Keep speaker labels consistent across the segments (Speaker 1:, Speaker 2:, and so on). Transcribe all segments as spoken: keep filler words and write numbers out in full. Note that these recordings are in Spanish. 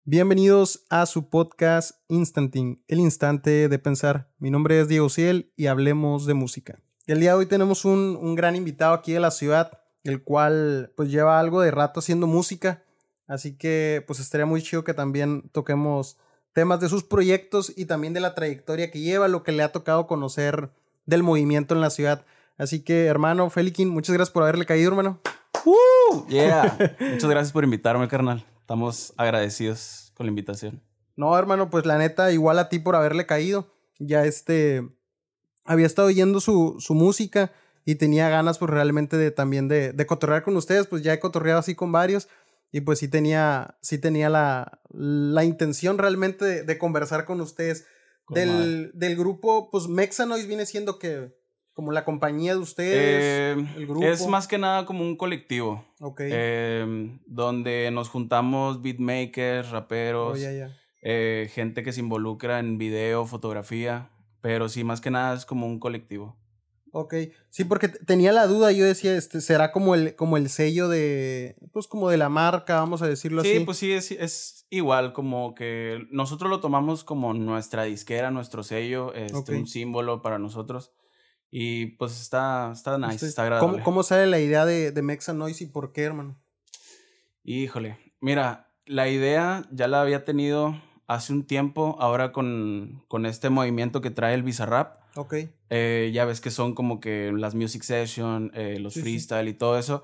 Speaker 1: Bienvenidos a su podcast Instanting, el instante de pensar. Mi nombre es Diego Ciel y hablemos de música. El día de hoy tenemos un, un gran invitado aquí de la ciudad, el cual pues lleva algo de rato haciendo música, así que pues estaría muy chido que también toquemos temas de sus proyectos y también de la trayectoria que lleva, lo que le ha tocado conocer del movimiento en la ciudad. Así que, hermano Felikin, muchas gracias por haberle caído, hermano.
Speaker 2: ¡Uh! Yeah. Muchas gracias por invitarme, carnal. Estamos agradecidos con la invitación.
Speaker 1: No, hermano, pues la neta, igual a ti por haberle caído. Ya este... Había estado oyendo su, su música y tenía ganas pues realmente de también de, de cotorrear con ustedes. Pues ya he cotorreado así con varios y pues sí tenía, sí tenía la, la intención realmente de, de conversar con ustedes. Del, del grupo, pues Mexanoise viene siendo que como la compañía de ustedes,
Speaker 2: eh,
Speaker 1: el grupo.
Speaker 2: Es más que nada como un colectivo.
Speaker 1: Ok.
Speaker 2: Eh, donde nos juntamos beatmakers, raperos,
Speaker 1: Oh, yeah, yeah.
Speaker 2: Eh, gente que se involucra en video, fotografía. Pero sí, más que nada es como un colectivo.
Speaker 1: Ok, sí, porque t- tenía la duda, yo decía, este, será como el, como el sello de, pues como de la marca, vamos a decirlo
Speaker 2: Sí,
Speaker 1: así.
Speaker 2: pues sí, es, es igual, como que nosotros lo tomamos como nuestra disquera, nuestro sello, este,
Speaker 1: Ok.
Speaker 2: un símbolo para nosotros. Y pues está, está nice,
Speaker 1: Este,
Speaker 2: está
Speaker 1: ¿cómo,
Speaker 2: agradable.
Speaker 1: ¿Cómo sale la idea de, de Mexanoise y por qué, hermano?
Speaker 2: Híjole, mira, la idea ya la había tenido hace un tiempo, ahora con, con este movimiento que trae el Bizarrap.
Speaker 1: Ok,
Speaker 2: Eh, ya ves que son como que las music session, eh, los
Speaker 1: sí, sí.
Speaker 2: freestyle y todo eso.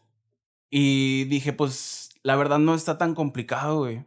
Speaker 2: Y dije, pues, la verdad no está tan complicado, güey.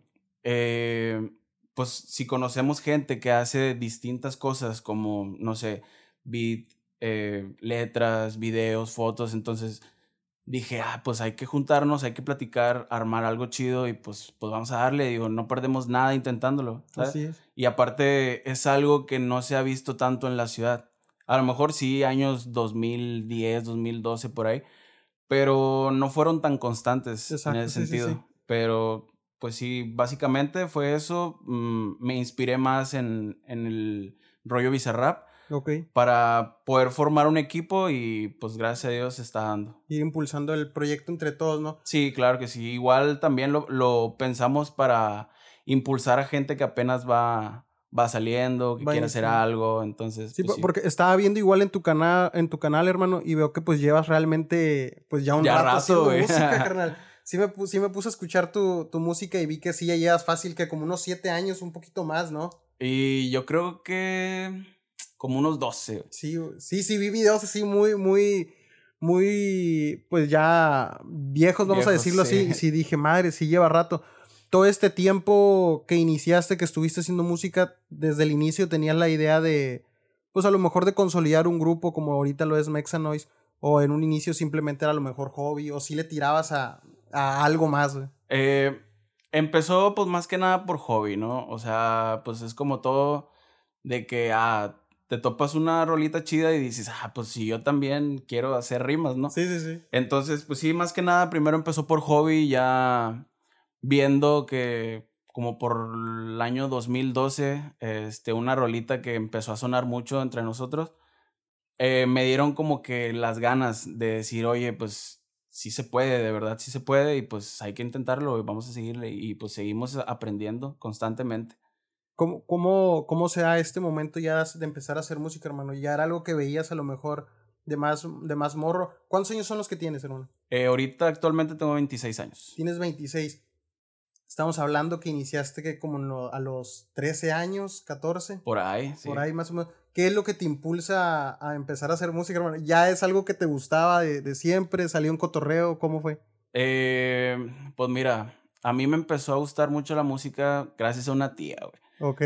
Speaker 2: Eh, pues, si conocemos gente que hace distintas cosas como, no sé, beat, eh, letras, videos, fotos, entonces dije, ah, pues hay que juntarnos, hay que platicar, armar algo chido y pues, pues vamos a darle. Digo, no perdemos nada intentándolo, ¿sabes?
Speaker 1: Así es.
Speaker 2: Y aparte es algo que no se ha visto tanto en la ciudad. A lo mejor sí, años dos mil diez, dos mil doce por ahí, pero no fueron tan constantes en
Speaker 1: Exacto,
Speaker 2: ese
Speaker 1: sí, sí,
Speaker 2: sentido.
Speaker 1: sí.
Speaker 2: Pero, pues sí, básicamente fue eso. Mm, me inspiré más en, en el rollo Bizarrap
Speaker 1: Ok,
Speaker 2: para poder formar un equipo y pues gracias a Dios se está dando.
Speaker 1: ir impulsando el proyecto entre todos, ¿no?
Speaker 2: Sí, claro que sí. Igual también lo, lo pensamos para impulsar a gente que apenas va, va saliendo, que
Speaker 1: Va
Speaker 2: quiere hacer
Speaker 1: iniciando.
Speaker 2: algo. Entonces,
Speaker 1: Sí,
Speaker 2: pues
Speaker 1: po-
Speaker 2: sí.
Speaker 1: porque estaba viendo igual en tu canal, en tu canal, hermano, y veo que pues llevas realmente, pues ya un
Speaker 2: Ya
Speaker 1: rato
Speaker 2: rato,
Speaker 1: haciendo
Speaker 2: güey.
Speaker 1: música, carnal. Sí me, pu- sí me puse a escuchar tu, tu música y vi que sí ya llevas fácil que como unos siete años, un poquito más, ¿no?
Speaker 2: Y yo creo que como unos doce. güey.
Speaker 1: Sí, sí, sí, vi videos así muy, muy, muy, pues ya viejos, vamos a
Speaker 2: Viejos,
Speaker 1: decirlo así,
Speaker 2: sí.
Speaker 1: y sí dije, madre, sí lleva rato. Todo este tiempo que iniciaste, que estuviste haciendo música, desde el inicio tenías la idea de, pues a lo mejor de consolidar un grupo como ahorita lo es Mexanoise, o en un inicio simplemente era a lo mejor hobby, o si le tirabas a, a algo más, güey.
Speaker 2: Eh, empezó pues más que nada por hobby, ¿no? O sea, pues es como todo de que, ah, te topas una rolita chida y dices, ah, pues si yo también quiero hacer rimas, ¿no?
Speaker 1: Sí, sí, sí.
Speaker 2: Entonces, pues sí, más que nada, primero empezó por hobby, ya viendo que como por el año dos mil doce, este, una rolita que empezó a sonar mucho entre nosotros, eh, me dieron como que las ganas de decir, oye, pues sí se puede, de verdad sí se puede y pues hay que intentarlo y vamos a seguirle y pues seguimos aprendiendo constantemente.
Speaker 1: ¿Cómo, cómo, cómo se da este momento ya de empezar a hacer música, hermano? Ya era algo que veías a lo mejor de más, de más morro. ¿Cuántos años son los que tienes, hermano?
Speaker 2: Eh, ahorita actualmente tengo veintiséis años.
Speaker 1: Tienes veintiséis. Estamos hablando que iniciaste que como en lo- a los trece años, catorce,
Speaker 2: Por ahí, sí.
Speaker 1: por ahí más o menos. ¿Qué es lo que te impulsa a, a empezar a hacer música, hermano? ¿Ya es algo que te gustaba de, de siempre? ¿Salió un cotorreo? ¿Cómo fue?
Speaker 2: Eh, pues mira, a mí me empezó a gustar mucho la música gracias a una tía, güey.
Speaker 1: Ok.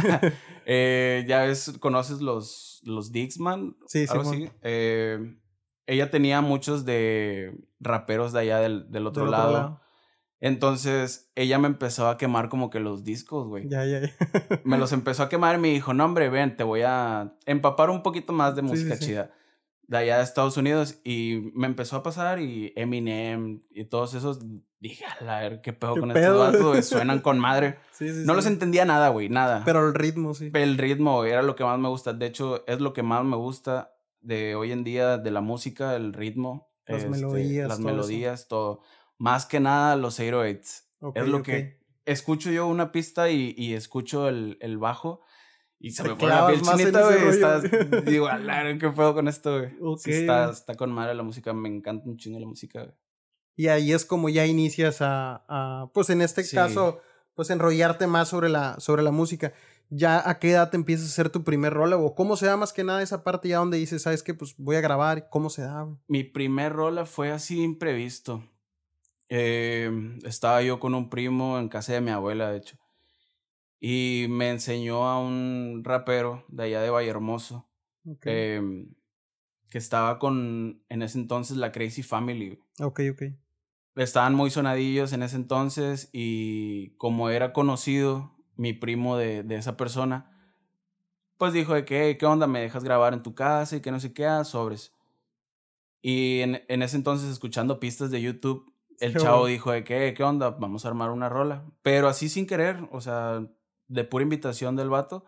Speaker 2: Eh, ya ves, conoces los, los Dixman,
Speaker 1: Sí,
Speaker 2: algo
Speaker 1: Simón.
Speaker 2: así. Eh, ella tenía muchos de raperos de allá del, del otro
Speaker 1: Del otro
Speaker 2: lado.
Speaker 1: lado.
Speaker 2: Entonces ella me empezó a quemar como que los discos, güey.
Speaker 1: Ya, ya, ya.
Speaker 2: Me los empezó a quemar y me dijo, no hombre, ven, te voy a empapar un poquito más de
Speaker 1: Sí, sí,
Speaker 2: música
Speaker 1: sí.
Speaker 2: chida. De allá de Estados Unidos. Y me empezó a pasar y Eminem y todos esos. Dije, a la ver, qué pedo
Speaker 1: ¿Qué
Speaker 2: con
Speaker 1: pedo?
Speaker 2: estos vatos, güey. Suenan con madre.
Speaker 1: Sí, sí,
Speaker 2: No
Speaker 1: sí.
Speaker 2: los entendía nada, güey, nada.
Speaker 1: Pero el ritmo, sí.
Speaker 2: El ritmo, güey, era lo que más me gusta. De hecho, es lo que más me gusta de hoy en día de la música, el ritmo.
Speaker 1: Las
Speaker 2: este,
Speaker 1: melodías,
Speaker 2: las
Speaker 1: todo eso.
Speaker 2: melodías, todo. Más que nada los ocho oh eights.
Speaker 1: Ok,
Speaker 2: Es lo
Speaker 1: ok.
Speaker 2: que escucho yo una pista y, y escucho el, el bajo y se
Speaker 1: Te
Speaker 2: me pone la piel
Speaker 1: clavas más en
Speaker 2: chinita,
Speaker 1: ese
Speaker 2: güey.
Speaker 1: rollo.
Speaker 2: Estás, digo, alá, ¿qué puedo con esto, güey?
Speaker 1: Ok,
Speaker 2: Sí, está,
Speaker 1: güey.
Speaker 2: está con madre la música. Me encanta un chingo la música, güey.
Speaker 1: Y ahí es como ya inicias a, a, pues en este
Speaker 2: Sí.
Speaker 1: caso, pues enrollarte más sobre la, sobre la música. ¿Ya a qué edad te empiezas a hacer tu primer rola? ¿O cómo se da más que nada esa parte ya donde dices, sabes qué, pues voy a grabar? ¿Cómo se da, güey?
Speaker 2: Mi primer rola fue así imprevisto. Eh, estaba yo con un primo en casa de mi abuela, de hecho. Y me enseñó a un rapero de allá de Vallehermoso.
Speaker 1: Ok,
Speaker 2: Eh, que estaba con, en ese entonces, la Crazy Family.
Speaker 1: ok, ok.
Speaker 2: Estaban muy sonadillos en ese entonces y como era conocido mi primo de, de esa persona, pues dijo de que, hey, ¿qué onda? ¿Me dejas grabar en tu casa? Y que no sé qué, ah, sobres. Y en, en ese entonces, escuchando pistas de YouTube, el
Speaker 1: Qué
Speaker 2: chavo
Speaker 1: bueno.
Speaker 2: dijo de que, ¿qué onda? Vamos a armar una rola. Pero así sin querer, o sea, de pura invitación del vato.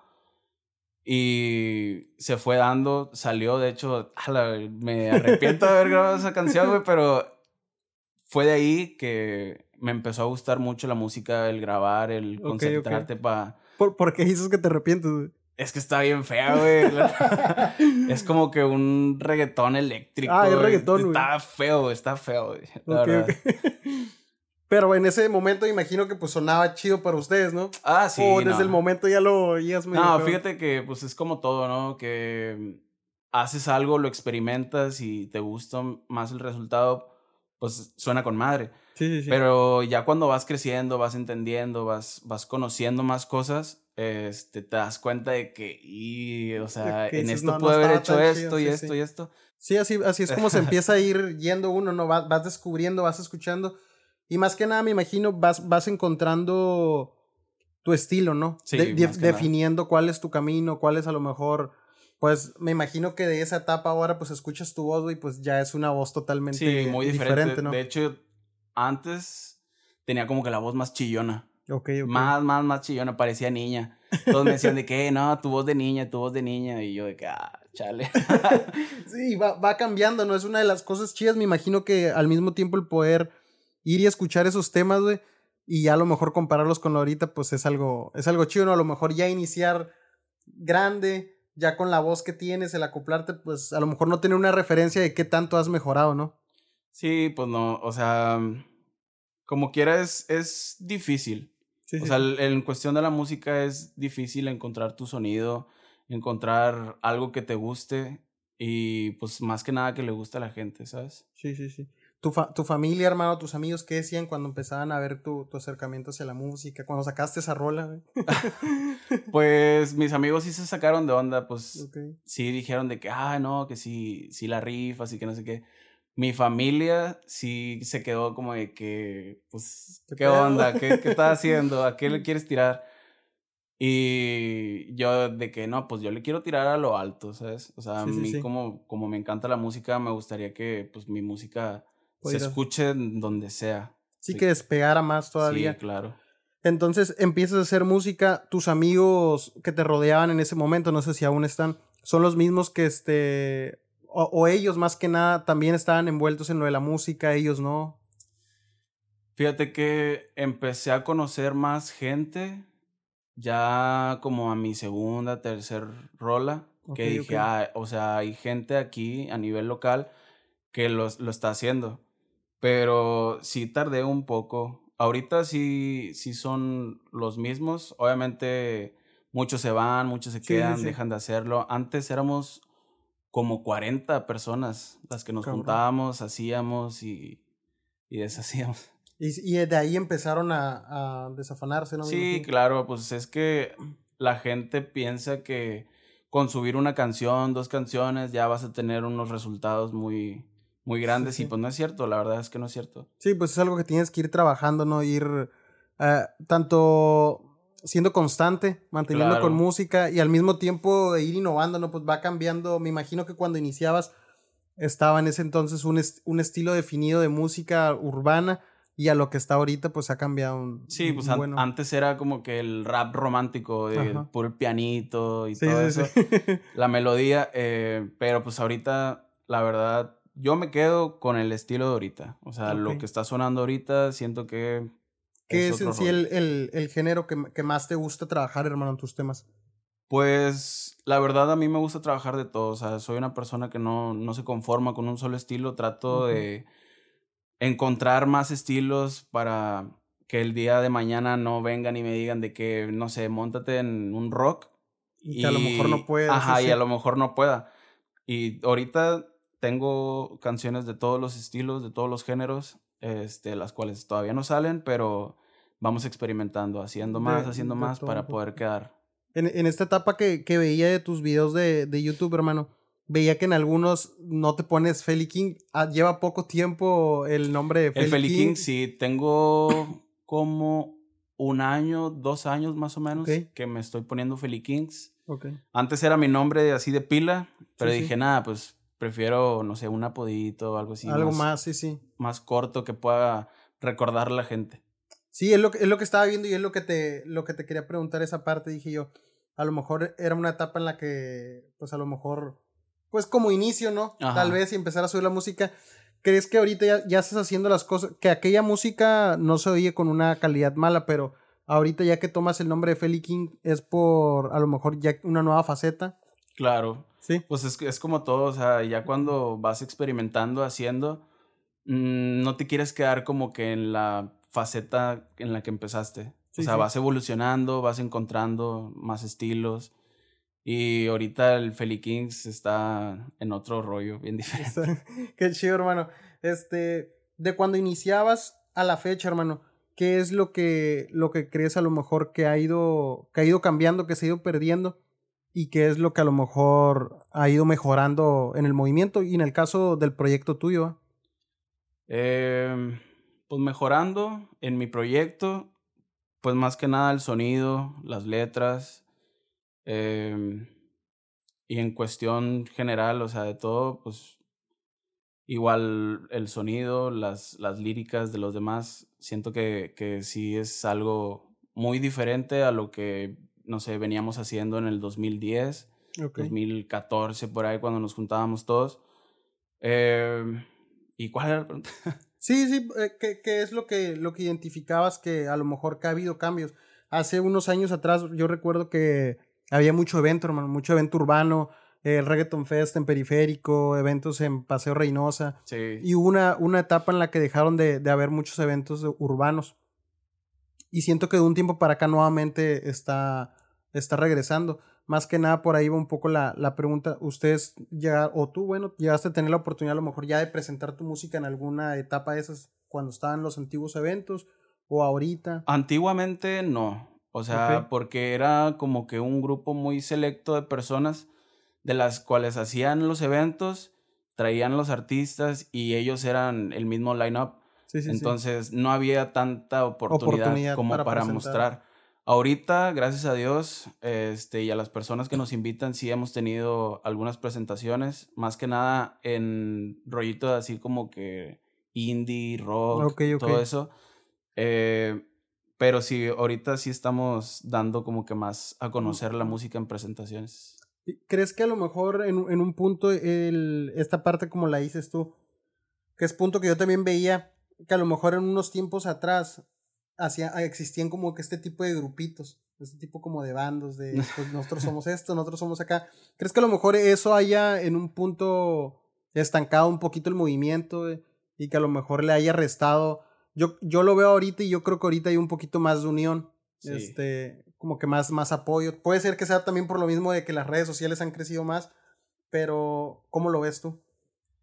Speaker 2: Y se fue dando, salió, de hecho, ala, me arrepiento de haber grabado esa canción, güey, pero fue de ahí que me empezó a gustar mucho la música, el grabar, el
Speaker 1: Ok, ok.
Speaker 2: concentrarte para...
Speaker 1: ¿Por, ¿Por qué dices que te arrepientes, güey?
Speaker 2: Es que está bien fea, güey. Es como que un reggaetón eléctrico.
Speaker 1: Ah, es
Speaker 2: güey.
Speaker 1: reggaetón, güey.
Speaker 2: Está feo, está feo, güey. La
Speaker 1: Ok, ok.
Speaker 2: verdad.
Speaker 1: Pero en ese momento imagino que pues sonaba chido para ustedes, ¿no?
Speaker 2: Ah, sí,
Speaker 1: O desde
Speaker 2: no.
Speaker 1: el momento ya lo oías medio
Speaker 2: No,
Speaker 1: feo.
Speaker 2: fíjate que pues es como todo, ¿no? Que haces algo, lo experimentas y te gusta más el resultado, pues suena con madre.
Speaker 1: Sí, sí, sí.
Speaker 2: Pero ya cuando vas creciendo, vas entendiendo, vas, vas conociendo más cosas, este, te das cuenta de que, y, o sea,
Speaker 1: Que
Speaker 2: en
Speaker 1: dices,
Speaker 2: esto
Speaker 1: no, no
Speaker 2: pude haber
Speaker 1: estaba
Speaker 2: hecho
Speaker 1: tan
Speaker 2: esto
Speaker 1: chido,
Speaker 2: y
Speaker 1: sí,
Speaker 2: esto
Speaker 1: sí.
Speaker 2: y esto.
Speaker 1: Sí, así, así es como se empieza a ir yendo uno, ¿no? Vas, vas descubriendo, vas escuchando. Y más que nada, me imagino, vas, vas encontrando tu estilo, ¿no? De-
Speaker 2: Sí,
Speaker 1: de-
Speaker 2: más que nada.
Speaker 1: definiendo cuál es tu camino, cuál es a lo mejor. Pues me imagino que de esa etapa ahora, pues escuchas tu voz, y pues ya es una voz totalmente
Speaker 2: Sí, muy diferente.
Speaker 1: diferente, ¿no?
Speaker 2: De hecho, antes tenía como que la voz más chillona.
Speaker 1: Ok, ok.
Speaker 2: Más, más, más chillona, parecía niña. Todos me decían de que, no, tu voz de niña, tu voz de niña. Y yo de que, ah, chale.
Speaker 1: Sí, va, va cambiando, ¿no? Es una de las cosas chidas. Me imagino que al mismo tiempo el poder ir y escuchar esos temas, güey, y ya a lo mejor compararlos con ahorita, pues es algo, es algo chido, ¿no? A lo mejor ya iniciar grande, ya con la voz que tienes, el acoplarte, pues a lo mejor no tener una referencia de qué tanto has mejorado, ¿no?
Speaker 2: Sí, pues no, o sea, como quiera es, es difícil.
Speaker 1: Sí,
Speaker 2: O
Speaker 1: sí,
Speaker 2: sea,
Speaker 1: sí.
Speaker 2: el- en cuestión de la música es difícil encontrar tu sonido, encontrar algo que te guste y pues más que nada que le guste a la gente, ¿sabes?
Speaker 1: Sí, sí, sí. Tu, fa- tu familia, hermano, tus amigos, ¿qué decían cuando empezaban a ver tu, tu acercamiento hacia la música? Cuando sacaste esa rola, güey.
Speaker 2: Pues mis amigos sí se sacaron de onda, pues
Speaker 1: Ok.
Speaker 2: sí dijeron de que, ah, no, que sí, sí la rifas y que no sé qué. Mi familia sí se quedó como de que, pues,
Speaker 1: ¿Qué
Speaker 2: ¿qué
Speaker 1: pedo?
Speaker 2: onda? ¿Qué, qué estás haciendo? ¿A qué le quieres tirar? Y yo de que no, pues yo le quiero tirar a lo alto, ¿sabes? O sea, a
Speaker 1: Sí, sí,
Speaker 2: mí
Speaker 1: sí.
Speaker 2: como, como me encanta la música, me gustaría que pues mi música se
Speaker 1: Pudieras.
Speaker 2: escuche en donde sea.
Speaker 1: Sí,
Speaker 2: Sí,
Speaker 1: que despegara más
Speaker 2: sí,
Speaker 1: todavía.
Speaker 2: claro.
Speaker 1: Entonces empiezas a hacer música, tus amigos que te rodeaban en ese momento, no sé si aún están, son los mismos que este, o, o ellos más que nada también estaban envueltos en lo de la música, ellos no.
Speaker 2: Fíjate que empecé a conocer más gente ya como a mi segunda, tercer rola,
Speaker 1: Ok,
Speaker 2: que
Speaker 1: ok.
Speaker 2: dije, ah, o sea, hay gente aquí a nivel local que los, lo está haciendo, pero sí tardé un poco. Ahorita sí, sí son los mismos, obviamente muchos se van, muchos se
Speaker 1: Sí, sí,
Speaker 2: quedan,
Speaker 1: sí.
Speaker 2: dejan de hacerlo. Antes éramos como cuarenta personas las que nos
Speaker 1: Cabrón.
Speaker 2: juntábamos, hacíamos y, y deshacíamos.
Speaker 1: Y, y de ahí empezaron a, a desafanarse, ¿no? Me
Speaker 2: Sí,
Speaker 1: imagino.
Speaker 2: claro, pues es que la gente piensa que con subir una canción, dos canciones, ya vas a tener unos resultados muy, muy
Speaker 1: Sí,
Speaker 2: grandes y
Speaker 1: sí.
Speaker 2: pues no es cierto, la verdad es que no es cierto.
Speaker 1: Sí, pues es algo que tienes que ir trabajando, ¿no? Ir eh, tanto siendo constante, manteniendo con
Speaker 2: Claro,
Speaker 1: música y al mismo tiempo ir innovando, ¿no? Pues va cambiando. Me imagino que cuando iniciabas estaba en ese entonces un, est- un estilo definido de música urbana y a lo que está ahorita pues ha cambiado un,
Speaker 2: sí,
Speaker 1: un-
Speaker 2: pues
Speaker 1: un
Speaker 2: an-
Speaker 1: bueno.
Speaker 2: antes era como que el rap romántico, de
Speaker 1: Ajá.
Speaker 2: puro pianito y
Speaker 1: Sí,
Speaker 2: todo
Speaker 1: sí,
Speaker 2: eso,
Speaker 1: sí.
Speaker 2: la melodía, eh, pero pues ahorita, la verdad, yo me quedo con el estilo de ahorita, o sea,
Speaker 1: Ok.
Speaker 2: lo que está sonando ahorita, siento que
Speaker 1: ¿Qué
Speaker 2: es
Speaker 1: es en
Speaker 2: otro
Speaker 1: sí
Speaker 2: rollo.
Speaker 1: el, el, el género que, que más te gusta trabajar, hermano, en tus temas?
Speaker 2: Pues la verdad a mí me gusta trabajar de todo, o sea, soy una persona que no, no se conforma con un solo estilo, trato
Speaker 1: Ujú.
Speaker 2: de encontrar más estilos para que el día de mañana no vengan y me digan de que, no sé, móntate en un rock
Speaker 1: Y que a lo mejor no
Speaker 2: y,
Speaker 1: puedas, sí,
Speaker 2: ajá, y
Speaker 1: sí.
Speaker 2: a lo mejor no pueda. Y ahorita tengo canciones de todos los estilos, de todos los géneros, este, las cuales todavía no salen, pero vamos experimentando, haciendo más,
Speaker 1: De,
Speaker 2: haciendo
Speaker 1: de
Speaker 2: más
Speaker 1: todo un
Speaker 2: para poder
Speaker 1: poquito.
Speaker 2: quedar.
Speaker 1: En, en esta etapa que, que veía de tus videos de, de YouTube, hermano, veía que en algunos no te pones Feli King. Ah, lleva poco tiempo el nombre de
Speaker 2: El
Speaker 1: Feli
Speaker 2: Feli
Speaker 1: King.
Speaker 2: King, sí, tengo como un año, dos años más o
Speaker 1: Ok,
Speaker 2: menos que me estoy poniendo Feli Kings.
Speaker 1: ok.
Speaker 2: Antes era mi nombre así de pila, pero
Speaker 1: Sí, sí.
Speaker 2: dije, nada, pues prefiero, no sé, un apodito o algo así
Speaker 1: Algo
Speaker 2: más,
Speaker 1: más, sí, sí.
Speaker 2: más corto que pueda recordar a la gente.
Speaker 1: Sí, es lo, que- es lo que estaba viendo y es lo que te, lo que te quería preguntar esa parte. Dije yo, a lo mejor era una etapa en la que, pues a lo mejor, pues como inicio, ¿no? Tal
Speaker 2: Ajá.
Speaker 1: vez y empezar a subir la música. ¿Crees que ahorita ya, ya estás haciendo las cosas? Que aquella música no se oye con una calidad mala, pero ahorita ya que tomas el nombre de Feli King es por a lo mejor ya una nueva faceta.
Speaker 2: Claro,
Speaker 1: Sí,
Speaker 2: pues es, que- es como todo, o sea, ya cuando vas experimentando, haciendo, mm, no te quieres quedar como que en la faceta en la que empezaste. O
Speaker 1: sí,
Speaker 2: sea,
Speaker 1: sí.
Speaker 2: vas evolucionando, vas encontrando más estilos. Y ahorita el Feli Kings está en otro rollo, bien
Speaker 1: Está-
Speaker 2: diferente.
Speaker 1: Qué chido, hermano. Este, de cuando iniciabas a la fecha, hermano, ¿qué es lo que, lo que crees a lo mejor que ha ido, que ha ido cambiando, que se ha ido perdiendo? ¿Y qué es lo que a lo mejor ha ido mejorando en el movimiento y en el caso del proyecto tuyo? ¿Ah?
Speaker 2: Em, pues mejorando en mi proyecto, pues más que nada el sonido, las letras, em, y en cuestión general, o sea, de todo, pues igual el sonido, las, las líricas de los demás, siento que, que sí es algo muy diferente a lo que, no sé, veníamos haciendo en el dos mil diez,
Speaker 1: Ok.
Speaker 2: dos mil catorce, por ahí, cuando nos juntábamos todos. Em, ¿y cuál era la pregunta?
Speaker 1: Sí, sí, eh, ¿qué, qué es lo que, lo que identificabas que a lo mejor que ha habido cambios? Hace unos años atrás yo recuerdo que había mucho evento, hermano, mucho evento urbano, el Reggaeton Fest en Periférico, eventos en Paseo Reynosa,
Speaker 2: Sí.
Speaker 1: y hubo una, una etapa en la que dejaron de, de haber muchos eventos de- urbanos. Y siento que de un tiempo para acá nuevamente está, está regresando. Más que nada por ahí va un poco la, la pregunta. ¿Ustedes ya, o tú, bueno, llegaste a tener la oportunidad a lo mejor ya de presentar tu música en alguna etapa de esas cuando estaban los antiguos eventos o ahorita?
Speaker 2: Antiguamente no, o
Speaker 1: Ok,
Speaker 2: sea, porque era como que un grupo muy selecto de personas de las cuales hacían los eventos, traían los artistas y ellos eran el mismo line-up.
Speaker 1: sí, sí, sí.
Speaker 2: Entonces no había tanta oportunidad
Speaker 1: Oportunidad
Speaker 2: como
Speaker 1: para
Speaker 2: para
Speaker 1: presentar.
Speaker 2: mostrar. Ahorita, gracias a Dios, este, y a las personas que nos invitan, sí hemos tenido algunas presentaciones, más que nada en rollito así como que indie, rock,
Speaker 1: Ok, ok.
Speaker 2: todo eso. Eh, pero sí, ahorita sí estamos dando como que más a conocer la música en presentaciones.
Speaker 1: ¿Crees que a lo mejor en, un- en un punto el, esta parte como la dices tú, que es punto que yo también veía, que a lo mejor en unos tiempos atrás hacía, existían como que este tipo de grupitos, este tipo como de bandos, de pues nosotros somos esto, nosotros somos acá. ¿Crees que a lo mejor eso haya en un punto estancado un poquito el movimiento eh, y que a lo mejor le haya restado? Yo, yo lo veo ahorita y yo creo que ahorita hay un poquito más de unión,
Speaker 2: Sí.
Speaker 1: este, como que más, más apoyo. Puede ser que sea también por lo mismo de que las redes sociales han crecido más, pero ¿cómo lo ves tú?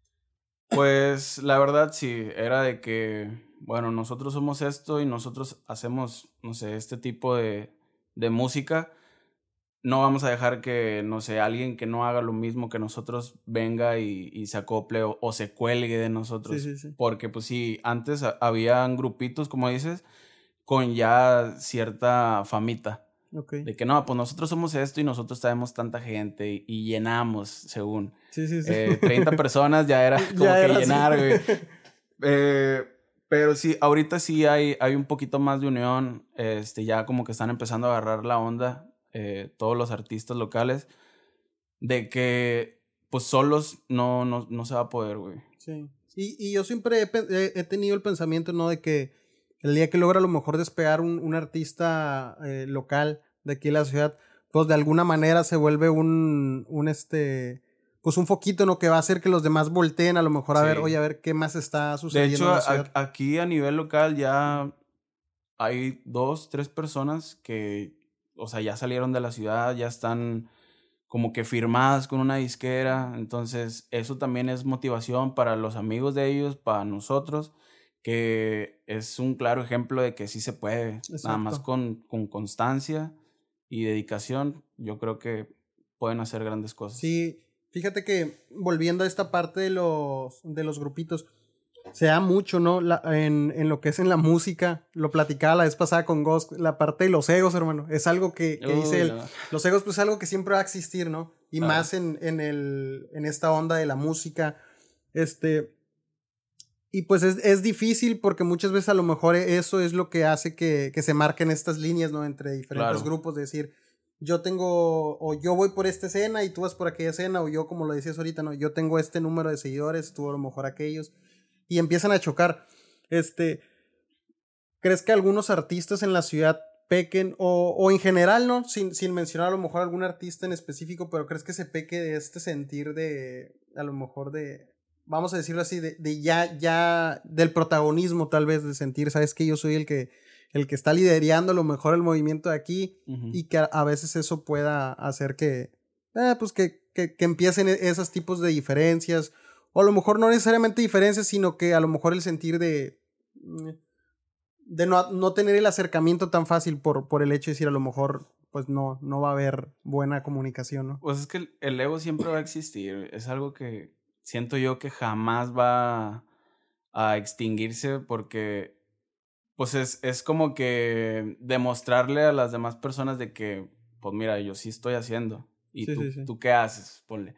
Speaker 2: Pues la verdad sí, era de que, bueno, nosotros somos esto y nosotros hacemos, no sé, este tipo de, de música. No vamos a dejar que, no sé, alguien que no haga lo mismo que nosotros venga y, y se acople o, o se cuelgue de
Speaker 1: Sí,
Speaker 2: nosotros.
Speaker 1: sí, sí.
Speaker 2: Porque pues sí, antes ha- habían grupitos, como dices, con ya cierta famita.
Speaker 1: Ok.
Speaker 2: De que no, pues nosotros somos esto y nosotros traemos tanta gente y, y llenamos, según.
Speaker 1: Sí, sí, sí.
Speaker 2: Eh, treinta personas ya era como
Speaker 1: Ya
Speaker 2: que
Speaker 1: era así.
Speaker 2: llenar, güey. Eh, pero sí, ahorita sí hay, hay un poquito más de unión. Este, ya como que están empezando a agarrar la onda, eh, todos los artistas locales, de que pues solos no, no, no se va a poder, güey.
Speaker 1: Sí. Y, y yo siempre he, pe- he- he tenido el pensamiento, ¿no? De que el día que logra a lo mejor despegar un, un artista eh, local de aquí en la ciudad, pues de alguna manera se vuelve un, un este, pues un foquito, ¿no? Que va a hacer que los demás volteen a lo mejor a
Speaker 2: Sí.
Speaker 1: ver, oye, a ver qué más está
Speaker 2: De
Speaker 1: sucediendo
Speaker 2: hecho,
Speaker 1: en la
Speaker 2: a-
Speaker 1: ciudad.
Speaker 2: aquí a nivel local ya hay dos, tres personas que, o sea, ya salieron de la ciudad, ya están como que firmadas con una disquera. Entonces, eso también es motivación para los amigos de ellos, para nosotros, que es un claro ejemplo de que sí se puede. Nada más
Speaker 1: Exacto.
Speaker 2: con, con constancia y dedicación, yo creo que pueden hacer grandes cosas.
Speaker 1: Sí, fíjate que volviendo a esta parte de los, de los grupitos, se da mucho, ¿no? La- en, en lo que es en la música, lo platicaba la vez pasada con Ghost, la parte de los egos, hermano, es algo que, que dice
Speaker 2: Uy,
Speaker 1: él,
Speaker 2: no.
Speaker 1: los egos pues es algo que siempre va a existir, ¿no? Y
Speaker 2: Claro.
Speaker 1: más en, en, el, en esta onda de la música, este, y pues es, es difícil porque muchas veces a lo mejor eso es lo que hace que, que se marquen estas líneas, ¿no? Entre diferentes
Speaker 2: Claro.
Speaker 1: grupos, de decir, yo tengo, o yo voy por esta escena y tú vas por aquella escena, o yo, como lo decías ahorita, ¿no? Yo tengo este número de seguidores, tú a lo mejor aquellos, y empiezan a chocar. Este, ¿crees que algunos artistas en la ciudad pequen, o, o en general, ¿no? Sin, sin mencionar a lo mejor algún artista en específico, pero crees que se peque de este sentir de, a lo mejor de, vamos a decirlo así, de, de ya, ya, del protagonismo tal vez, de sentir, sabes que yo soy el que, el que está liderando a lo mejor el movimiento de aquí,
Speaker 2: Ujú.
Speaker 1: y que a, a veces eso pueda hacer que, eh, pues que, que, que empiecen esos tipos de diferencias, o a lo mejor no necesariamente diferencias, sino que a lo mejor el sentir de, de no, no tener el acercamiento tan fácil por, por el hecho de decir a lo mejor pues no, no va a haber buena comunicación, ¿no?
Speaker 2: Pues es que el- el ego siempre va a existir. Es algo que siento yo que jamás va a extinguirse porque pues es, es como que demostrarle a las demás personas de que, pues mira, yo sí estoy haciendo. ¿Y
Speaker 1: Sí,
Speaker 2: tú,
Speaker 1: sí, sí.
Speaker 2: tú qué haces? Ponle.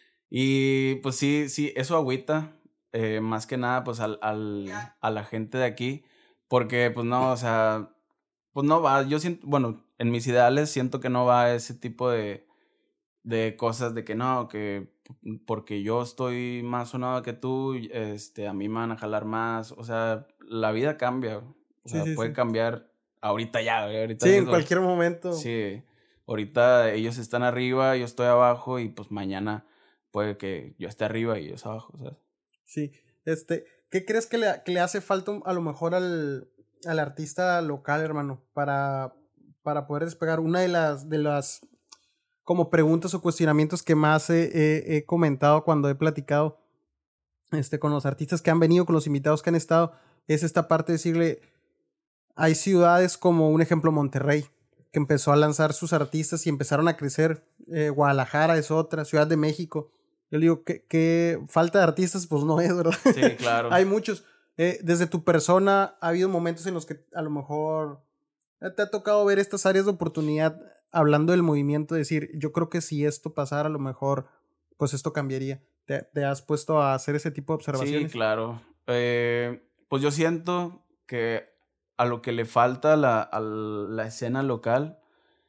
Speaker 2: Y pues sí, sí, eso agüita, eh, más que nada, pues al, al, a la gente de aquí, porque pues no, o sea, pues no va, yo siento, bueno, en mis ideales siento que no va ese tipo de, de cosas de que no, que p- porque yo estoy más sonado que tú, este, a mí me van a jalar más, o sea, la vida cambia, o
Speaker 1: Sí,
Speaker 2: sea,
Speaker 1: sí,
Speaker 2: puede
Speaker 1: sí.
Speaker 2: cambiar ahorita ya, güey, ahorita
Speaker 1: Sí, en
Speaker 2: mismo.
Speaker 1: cualquier momento.
Speaker 2: Sí, ahorita ellos están arriba, yo estoy abajo y pues mañana puede que yo esté arriba y ellos abajo, ¿sabes?
Speaker 1: Sí. Este, ¿qué crees que le, que le hace falta un- a lo mejor al, al artista local, hermano, para, para poder despegar? Una de las, de las como preguntas o cuestionamientos que más he, he- he comentado cuando he platicado este, con los artistas que han venido, con los invitados que han estado, es esta parte de decirle, hay ciudades como un ejemplo Monterrey, que empezó a lanzar sus artistas y empezaron a crecer. Eh, Guadalajara es otra, Ciudad de México. Yo digo, ¿qué, qué falta de artistas? Pues no es, ¿verdad?
Speaker 2: Sí, claro.
Speaker 1: Hay muchos. Eh, desde tu persona, ha habido momentos en los que a lo mejor eh, te ha tocado ver estas áreas de oportunidad hablando del movimiento, decir, yo creo que si esto pasara, a lo mejor, pues esto cambiaría. ¿Te, te has puesto a hacer ese tipo de
Speaker 2: Sí,
Speaker 1: observaciones?
Speaker 2: claro. Eh, pues yo siento que a lo que le falta a la, a la escena local,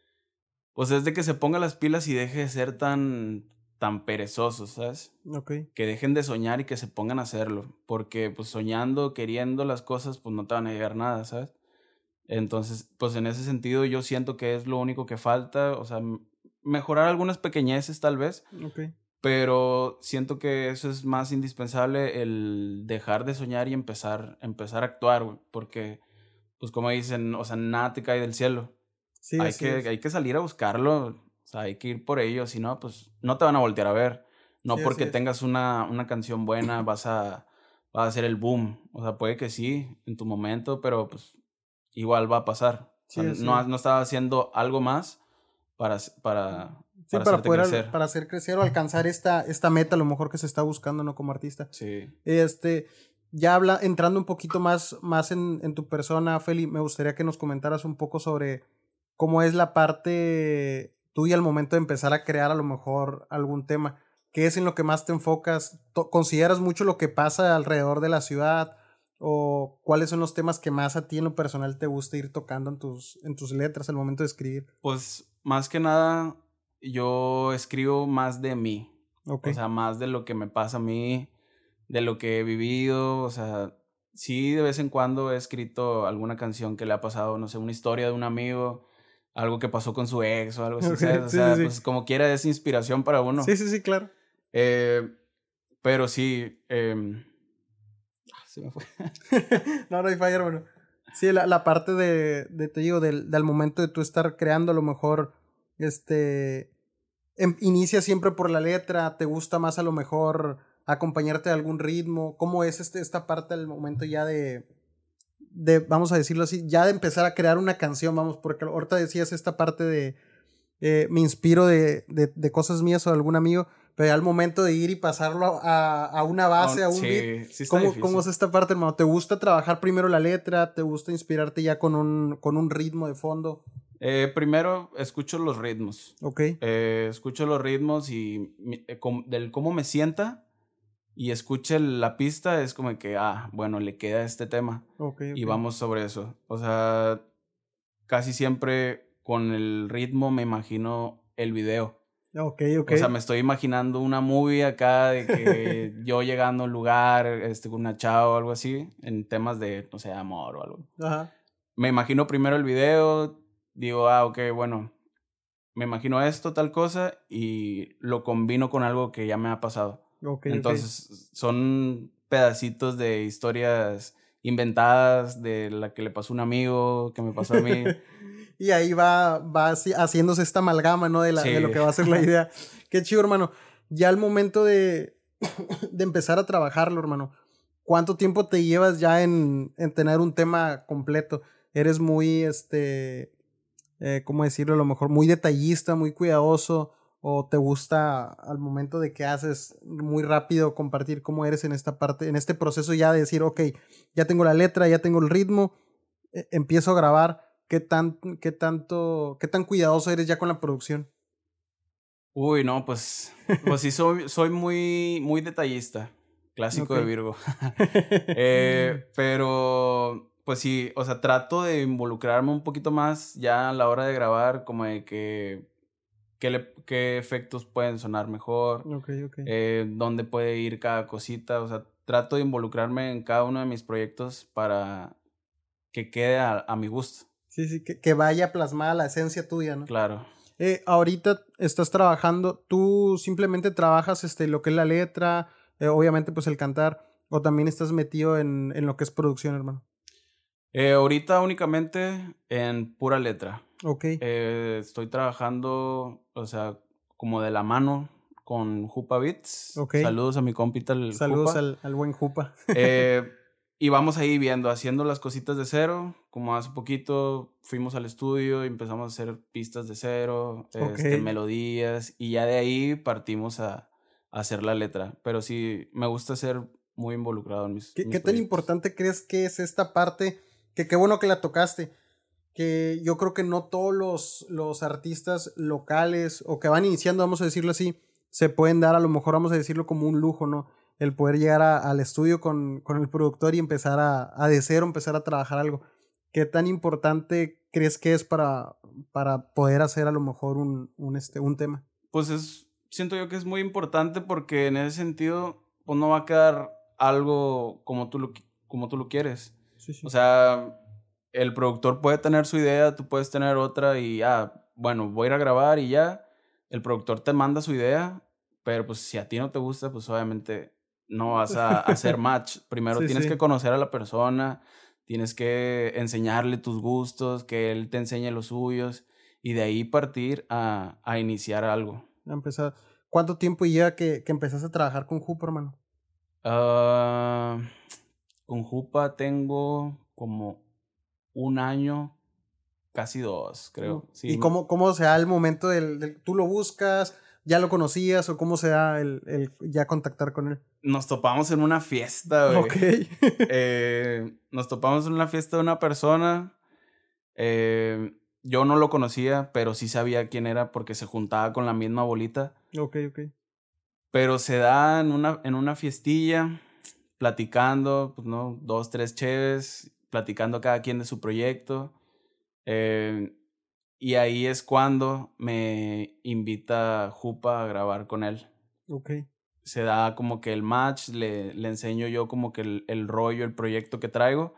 Speaker 2: pues es de que se ponga las pilas y deje de ser tan, tan perezoso, ¿sabes?
Speaker 1: Ok.
Speaker 2: Que dejen de soñar y que se pongan a hacerlo. Porque pues soñando, queriendo las cosas, pues no te van a llegar nada, ¿sabes? Entonces, pues en ese sentido yo siento que es lo único que falta, o sea, m- mejorar algunas pequeñeces tal vez,
Speaker 1: Ok.
Speaker 2: pero siento que eso es más indispensable, el dejar de soñar y empezar, empezar a actuar, güey, porque, pues como dicen, o sea, nada te cae del cielo.
Speaker 1: Sí,
Speaker 2: Hay
Speaker 1: así
Speaker 2: que,
Speaker 1: es.
Speaker 2: hay que salir a buscarlo, o sea, hay que ir por ello, si no, pues no te van a voltear a ver. No
Speaker 1: Sí, así
Speaker 2: porque
Speaker 1: es.
Speaker 2: tengas una, una canción buena vas a, vas a hacer el boom. O sea, puede que sí, en tu momento, pero pues igual va a pasar. O sea,
Speaker 1: Sí, así
Speaker 2: no,
Speaker 1: es.
Speaker 2: has- no estás haciendo algo más para, hac- para,
Speaker 1: Sí,
Speaker 2: para
Speaker 1: para
Speaker 2: hacerte
Speaker 1: poder, al-
Speaker 2: crecer.
Speaker 1: para hacer crecer o alcanzar esta, esta meta, a lo mejor que se está buscando, ¿no? Como artista.
Speaker 2: Sí.
Speaker 1: Este, ya habla, entrando un poquito más, más en, en tu persona, Feli, me gustaría que nos comentaras un poco sobre cómo es la parte tuya al momento de empezar a crear a lo mejor algún tema. ¿Qué es en lo que más te enfocas? To- ¿Consideras mucho lo que pasa alrededor de la ciudad? ¿O cuáles son los temas que más a ti en lo personal te gusta ir tocando en tus, en tus letras al momento de escribir?
Speaker 2: Pues más que nada, yo escribo más de mí.
Speaker 1: Ok.
Speaker 2: O sea, más de lo que me pasa a mí, de lo que he vivido. O sea, sí, de vez en cuando he escrito alguna canción que le ha pasado, no sé, una historia de un amigo, algo que pasó con su ex o algo así,
Speaker 1: Okay,
Speaker 2: ¿sabes? O
Speaker 1: sí, sí,
Speaker 2: sea,
Speaker 1: sí.
Speaker 2: pues como quiera es inspiración para uno.
Speaker 1: Sí, sí, sí, claro.
Speaker 2: Eh, pero sí, eh, se me fue.
Speaker 1: No, no hay falla, hermano. Sí, la, la parte de, de, te digo, del, del momento de tú estar creando, a lo mejor, este, em, inicia siempre por la letra, te gusta más a lo mejor acompañarte de algún ritmo. ¿Cómo es este, esta parte del momento ya de, de, vamos a decirlo así, ya de empezar a crear una canción, vamos, porque ahorita decías esta parte de, eh, me inspiro de, de, de cosas mías o de algún amigo, pero ya al momento de ir y pasarlo a, a una base,
Speaker 2: Aún-
Speaker 1: a un beat,
Speaker 2: sí, sí está
Speaker 1: ¿cómo, ¿cómo es
Speaker 2: difícil.
Speaker 1: esta parte, hermano? ¿Te gusta trabajar primero la letra? ¿Te gusta inspirarte ya con un, con un ritmo de fondo?
Speaker 2: Eh, primero escucho los ritmos.
Speaker 1: Ok,
Speaker 2: Eh, escucho los ritmos y mi- eh, com- del cómo me sienta y escuche la pista es como que, ah, bueno, le queda este tema
Speaker 1: ok,
Speaker 2: y
Speaker 1: ok.
Speaker 2: vamos sobre eso. O sea, casi siempre con el ritmo me imagino el video.
Speaker 1: Ok, ok.
Speaker 2: O sea, me estoy imaginando una movie acá de que yo llegando a un lugar, este, con una chava o algo así, en temas de, no sé, amor o algo.
Speaker 1: Ajá.
Speaker 2: Me imagino primero el video, digo, ah, ok, bueno, me imagino esto, tal cosa, y lo combino con algo que ya me ha pasado.
Speaker 1: Ok, ok.
Speaker 2: Entonces, son pedacitos de historias inventadas, de la que le pasó a un amigo, que me pasó a mí.
Speaker 1: Y ahí va, va así- haciéndose esta amalgama, ¿no? De, la, de lo
Speaker 2: Sí.
Speaker 1: que va a ser la idea. Qué chido, hermano. Ya al momento de, de empezar a trabajarlo, hermano, ¿cuánto tiempo te llevas ya en, en tener un tema completo? ¿Eres muy, este, eh, ¿cómo decirlo? A lo mejor muy detallista, muy cuidadoso, o te gusta al momento de que haces muy rápido compartir cómo eres en esta parte, en este proceso ya de decir, ok, ya tengo la letra, ya tengo el ritmo, eh, empiezo a grabar, ¿qué tan, qué tanto, qué tan cuidadoso eres ya con la producción?
Speaker 2: Uy, no, pues, pues sí, soy, soy muy, muy detallista, clásico
Speaker 1: Ok.
Speaker 2: de Virgo. Eh, pero, pues sí, o sea, trato de involucrarme un poquito más ya a la hora de grabar, como de que, qué, le- qué efectos pueden sonar mejor,
Speaker 1: Ok, ok.
Speaker 2: eh, dónde puede ir cada cosita, o sea, trato de involucrarme en cada uno de mis proyectos para que quede a, a mi gusto,
Speaker 1: Sí, sí, que, que vaya plasmada la esencia tuya, ¿no?
Speaker 2: claro.
Speaker 1: Eh, ahorita estás trabajando, tú simplemente trabajas este, lo que es la letra, eh, obviamente pues el cantar, o también estás metido en, en lo que es producción, hermano.
Speaker 2: Eh, ahorita únicamente en pura letra.
Speaker 1: Ok,
Speaker 2: Eh, estoy trabajando, o sea, como de la mano con Jupa Beats.
Speaker 1: ok.
Speaker 2: Saludos a mi compita el
Speaker 1: Saludos
Speaker 2: Jupa.
Speaker 1: al, al buen Jupa.
Speaker 2: Eh, y vamos ahí viendo, haciendo las cositas de cero. Como hace poquito fuimos al estudio y empezamos a hacer pistas de cero,
Speaker 1: Ok.
Speaker 2: este, melodías, y ya de ahí partimos a, a hacer la letra. Pero sí, me gusta ser muy involucrado en mis,
Speaker 1: ¿Qué,
Speaker 2: mis
Speaker 1: qué tan
Speaker 2: proyectos.
Speaker 1: importante crees que es esta parte? Que qué bueno que la tocaste. Que yo creo que no todos los, los artistas locales o que van iniciando, vamos a decirlo así, se pueden dar, a lo mejor vamos a decirlo como un lujo, ¿no? El poder llegar a- al estudio con, con el productor y empezar a, a de cero, empezar a trabajar algo. ¿Qué tan importante crees que es para, para poder hacer a lo mejor un, un, este, un tema?
Speaker 2: Pues es, siento yo que es muy importante porque en ese sentido, pues no va a quedar algo como tú lo, qui- como tú lo quieres.
Speaker 1: Sí,
Speaker 2: O
Speaker 1: sí.
Speaker 2: sea, el productor puede tener su idea, tú puedes tener otra y, ah, bueno, voy a ir a grabar y ya. El productor te manda su idea, pero pues si a ti no te gusta, pues obviamente no vas a hacer match. Primero
Speaker 1: Sí,
Speaker 2: tienes que
Speaker 1: sí.
Speaker 2: conocer a la persona, tienes que enseñarle tus gustos, que él te enseñe los suyos y de ahí partir a, a iniciar algo.
Speaker 1: A empezar. ¿Cuánto tiempo lleva que, que empezaste a trabajar con Jupa, hermano?
Speaker 2: Ah, con Jupa tengo como un año, casi dos,
Speaker 1: Uh,
Speaker 2: creo.
Speaker 1: ¿Y
Speaker 2: Sí,
Speaker 1: cómo, cómo se da el momento del, del- tú lo buscas, ya lo conocías o cómo se da el, el ya contactar con él?
Speaker 2: nos topamos en una fiesta, güey.
Speaker 1: Ok.
Speaker 2: Eh, nos topamos en una fiesta de una persona. eh, yo no lo conocía, pero sí sabía quién era porque se juntaba con la misma bolita.
Speaker 1: Ok, ok.
Speaker 2: Pero se da en una, en una fiestilla, platicando, pues, ¿no? Dos, tres cheves, platicando cada quien de su proyecto. Eh, y ahí es cuando me invita Jupa a grabar con él.
Speaker 1: Ok.
Speaker 2: se da como que el match, le, le enseño yo como que el, el rollo, el proyecto que traigo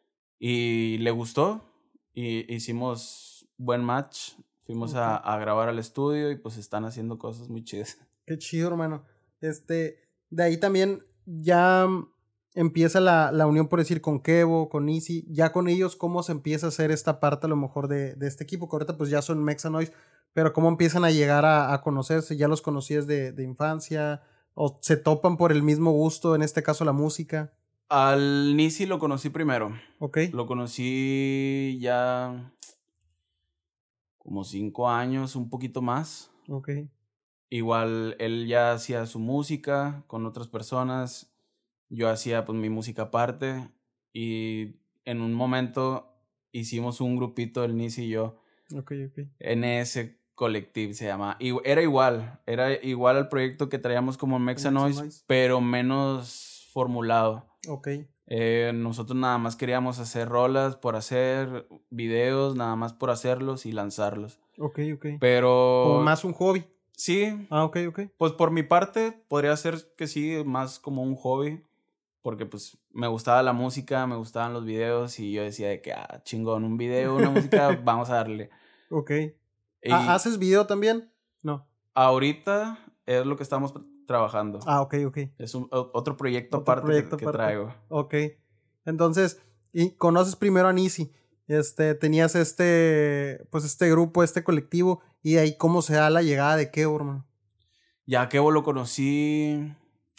Speaker 2: y le gustó y hicimos buen match, fuimos
Speaker 1: Ok.
Speaker 2: a, a grabar al estudio y pues están haciendo cosas muy chidas.
Speaker 1: Qué chido, hermano. Este, de ahí también ya mm, empieza la, la unión, por decir, con Kevo, con Easy. Ya con ellos, ¿cómo se empieza a hacer esta parte a lo mejor de, de este equipo? Que ahorita pues ya son Mexa Noise, pero ¿cómo empiezan a llegar a, a conocerse? ¿Ya los conocías de, de infancia? ¿O se topan por el mismo gusto, en este caso la música?
Speaker 2: Al Nisi lo conocí primero.
Speaker 1: Ok,
Speaker 2: Lo conocí ya como cinco años, un poquito más.
Speaker 1: ok,
Speaker 2: Igual él ya hacía su música con otras personas, yo hacía pues mi música aparte y en un momento hicimos un grupito, el Nisi y yo,
Speaker 1: ok, ok.
Speaker 2: N S Collective se llama. Y era igual, era igual al proyecto que traíamos como Mexa
Speaker 1: Mexa
Speaker 2: Noise,
Speaker 1: Noise.
Speaker 2: pero menos formulado.
Speaker 1: Ok,
Speaker 2: Eh, nosotros nada más queríamos hacer rolas por hacer, videos nada más por hacerlos y lanzarlos.
Speaker 1: ok, ok. Como
Speaker 2: Pero
Speaker 1: más un hobby.
Speaker 2: sí,
Speaker 1: Ah, ok, ok.
Speaker 2: pues por mi parte podría ser que sí, más como un hobby, porque pues me gustaba la música, me gustaban los videos y yo decía de que, ah, chingón, un video, una música, vamos a darle.
Speaker 1: Ok. Ah,
Speaker 2: Y
Speaker 1: ¿haces video también? No.
Speaker 2: ahorita es lo que estamos trabajando.
Speaker 1: Ah, ok, ok.
Speaker 2: Es un, o- otro proyecto
Speaker 1: Otro
Speaker 2: aparte que,
Speaker 1: proyecto
Speaker 2: que
Speaker 1: aparte.
Speaker 2: traigo.
Speaker 1: Ok. Entonces, y conoces primero a Nisi. Este, tenías este, pues este grupo, este colectivo, y de ahí cómo se da la llegada de Kevo, hermano.
Speaker 2: Ya que lo conocí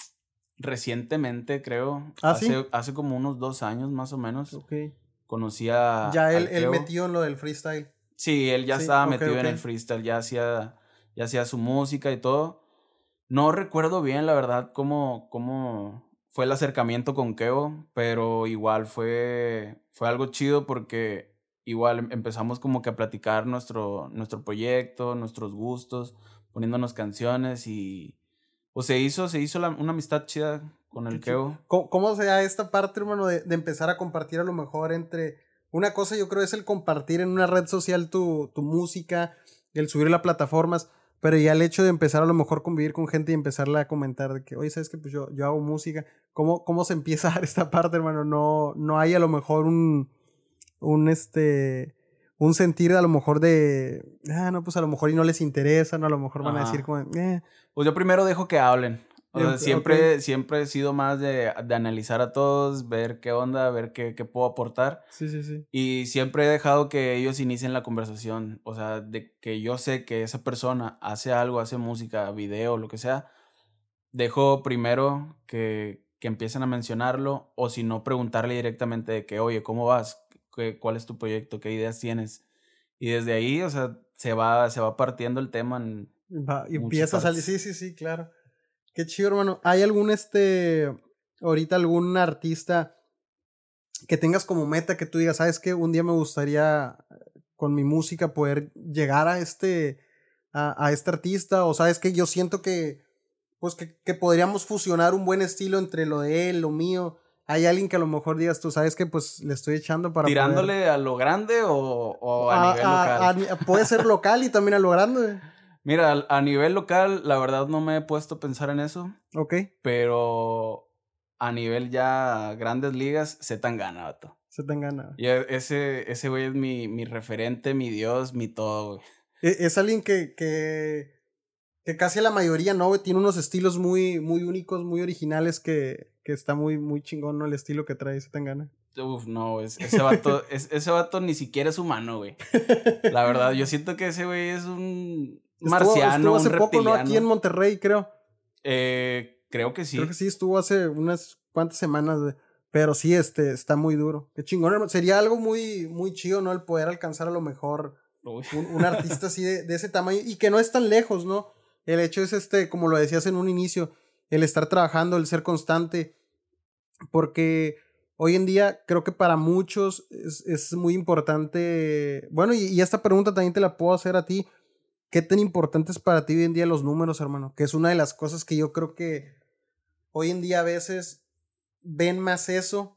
Speaker 2: recientemente, creo.
Speaker 1: Ah, sí.
Speaker 2: Hace, hace como unos dos años más o menos.
Speaker 1: Ok.
Speaker 2: Conocí a,
Speaker 1: Ya él,
Speaker 2: al
Speaker 1: él
Speaker 2: Kevo.
Speaker 1: metido en lo del freestyle.
Speaker 2: Sí, él ya
Speaker 1: Sí,
Speaker 2: estaba
Speaker 1: ok,
Speaker 2: metido
Speaker 1: ok.
Speaker 2: en el freestyle, ya hacía, ya hacía su música y todo. No recuerdo bien, la verdad, cómo, cómo fue el acercamiento con Kevo, pero igual fue, fue algo chido porque igual em- empezamos como que a platicar nuestro, nuestro proyecto, nuestros gustos, poniéndonos canciones y pues se hizo, se hizo la- una amistad chida con
Speaker 1: Qué
Speaker 2: el
Speaker 1: chido.
Speaker 2: Kevo.
Speaker 1: ¿Cómo, cómo se da esta parte, hermano, de, de empezar a compartir a lo mejor entre... Una cosa yo creo es el compartir en una red social tu, tu música, el subir a plataformas, pero ya el hecho de empezar a lo mejor convivir con gente y empezarle a comentar de que, oye, ¿sabes qué? Pues yo, yo hago música. ¿Cómo, cómo se empieza a dar esta parte, hermano? No, no hay a lo mejor un, un, este, un sentir a lo mejor de, ah, no, pues a lo mejor y no les interesa, ¿no? A lo mejor van a decir
Speaker 2: Ajá.
Speaker 1: como, eh,
Speaker 2: Pues yo primero dejo que hablen. O sea,
Speaker 1: em- ok,
Speaker 2: siempre, siempre he sido más de, de analizar a todos, ver qué onda, ver qué, qué puedo aportar.
Speaker 1: sí, sí, sí.
Speaker 2: Y siempre he dejado que ellos inicien la conversación. O sea, de que yo sé que esa persona hace algo, hace música, video, lo que sea. Dejo primero que, que empiecen a mencionarlo. O si no, preguntarle directamente de que, oye, ¿cómo vas? ¿Qué, ¿Cuál es tu proyecto? ¿Qué ideas tienes? Y desde ahí, o sea, se va, se va partiendo el tema en
Speaker 1: Va, y
Speaker 2: muchas
Speaker 1: empieza a salir, sí,
Speaker 2: partes.
Speaker 1: sí, sí, claro. Qué chido, hermano. ¿Hay algún, este, ahorita algún artista que tengas como meta que tú digas, sabes que un día me gustaría con mi música poder llegar a este, a, a este artista? O sabes que yo siento que, pues que, que podríamos fusionar un buen estilo entre lo de él, lo mío. Hay alguien que a lo mejor digas, tú sabes que pues le estoy echando para poder...
Speaker 2: ¿Tirándole a lo grande o, o a
Speaker 1: A,
Speaker 2: nivel
Speaker 1: a,
Speaker 2: local?
Speaker 1: a, puede ser local y también a lo grande.
Speaker 2: Mira, al- a nivel local, la verdad no me he puesto a pensar en eso,
Speaker 1: Ok,
Speaker 2: pero a nivel ya grandes ligas, se tan gana, vato.
Speaker 1: se te gana.
Speaker 2: Y e- ese, ese güey es mi, mi referente, mi dios, mi todo, güey.
Speaker 1: E- Es alguien que, que, que casi la mayoría, ¿no? Güey? Tiene unos estilos muy, muy únicos, muy originales que, que está muy, muy chingón, ¿no? El estilo que trae Zetangana.
Speaker 2: Uf, no, es, ese vato, es, ese vato ni siquiera es humano, güey. La verdad, yo siento que ese güey es un
Speaker 1: Estuvo,
Speaker 2: marciano,
Speaker 1: estuvo hace
Speaker 2: un
Speaker 1: poco, ¿no? Aquí en
Speaker 2: reptiliano.
Speaker 1: Monterrey, creo.
Speaker 2: Eh, creo que
Speaker 1: Creo que
Speaker 2: sí.
Speaker 1: sí, estuvo hace unas cuantas semanas, güey. Pero sí, este, está muy duro. Qué chingón, hermano. Sería algo muy, muy chido, ¿no? El poder alcanzar a lo mejor
Speaker 2: Uy.
Speaker 1: un, un artista así de, de ese tamaño y que no es tan lejos, ¿no? El hecho es este, como lo decías en un inicio, el estar trabajando, el ser constante, porque hoy en día creo que para muchos es, es muy importante, bueno, y, y esta pregunta también te la puedo hacer a ti, ¿qué tan importante es para ti hoy en día los números, hermano? Que es una de las cosas que yo creo que hoy en día a veces ven más eso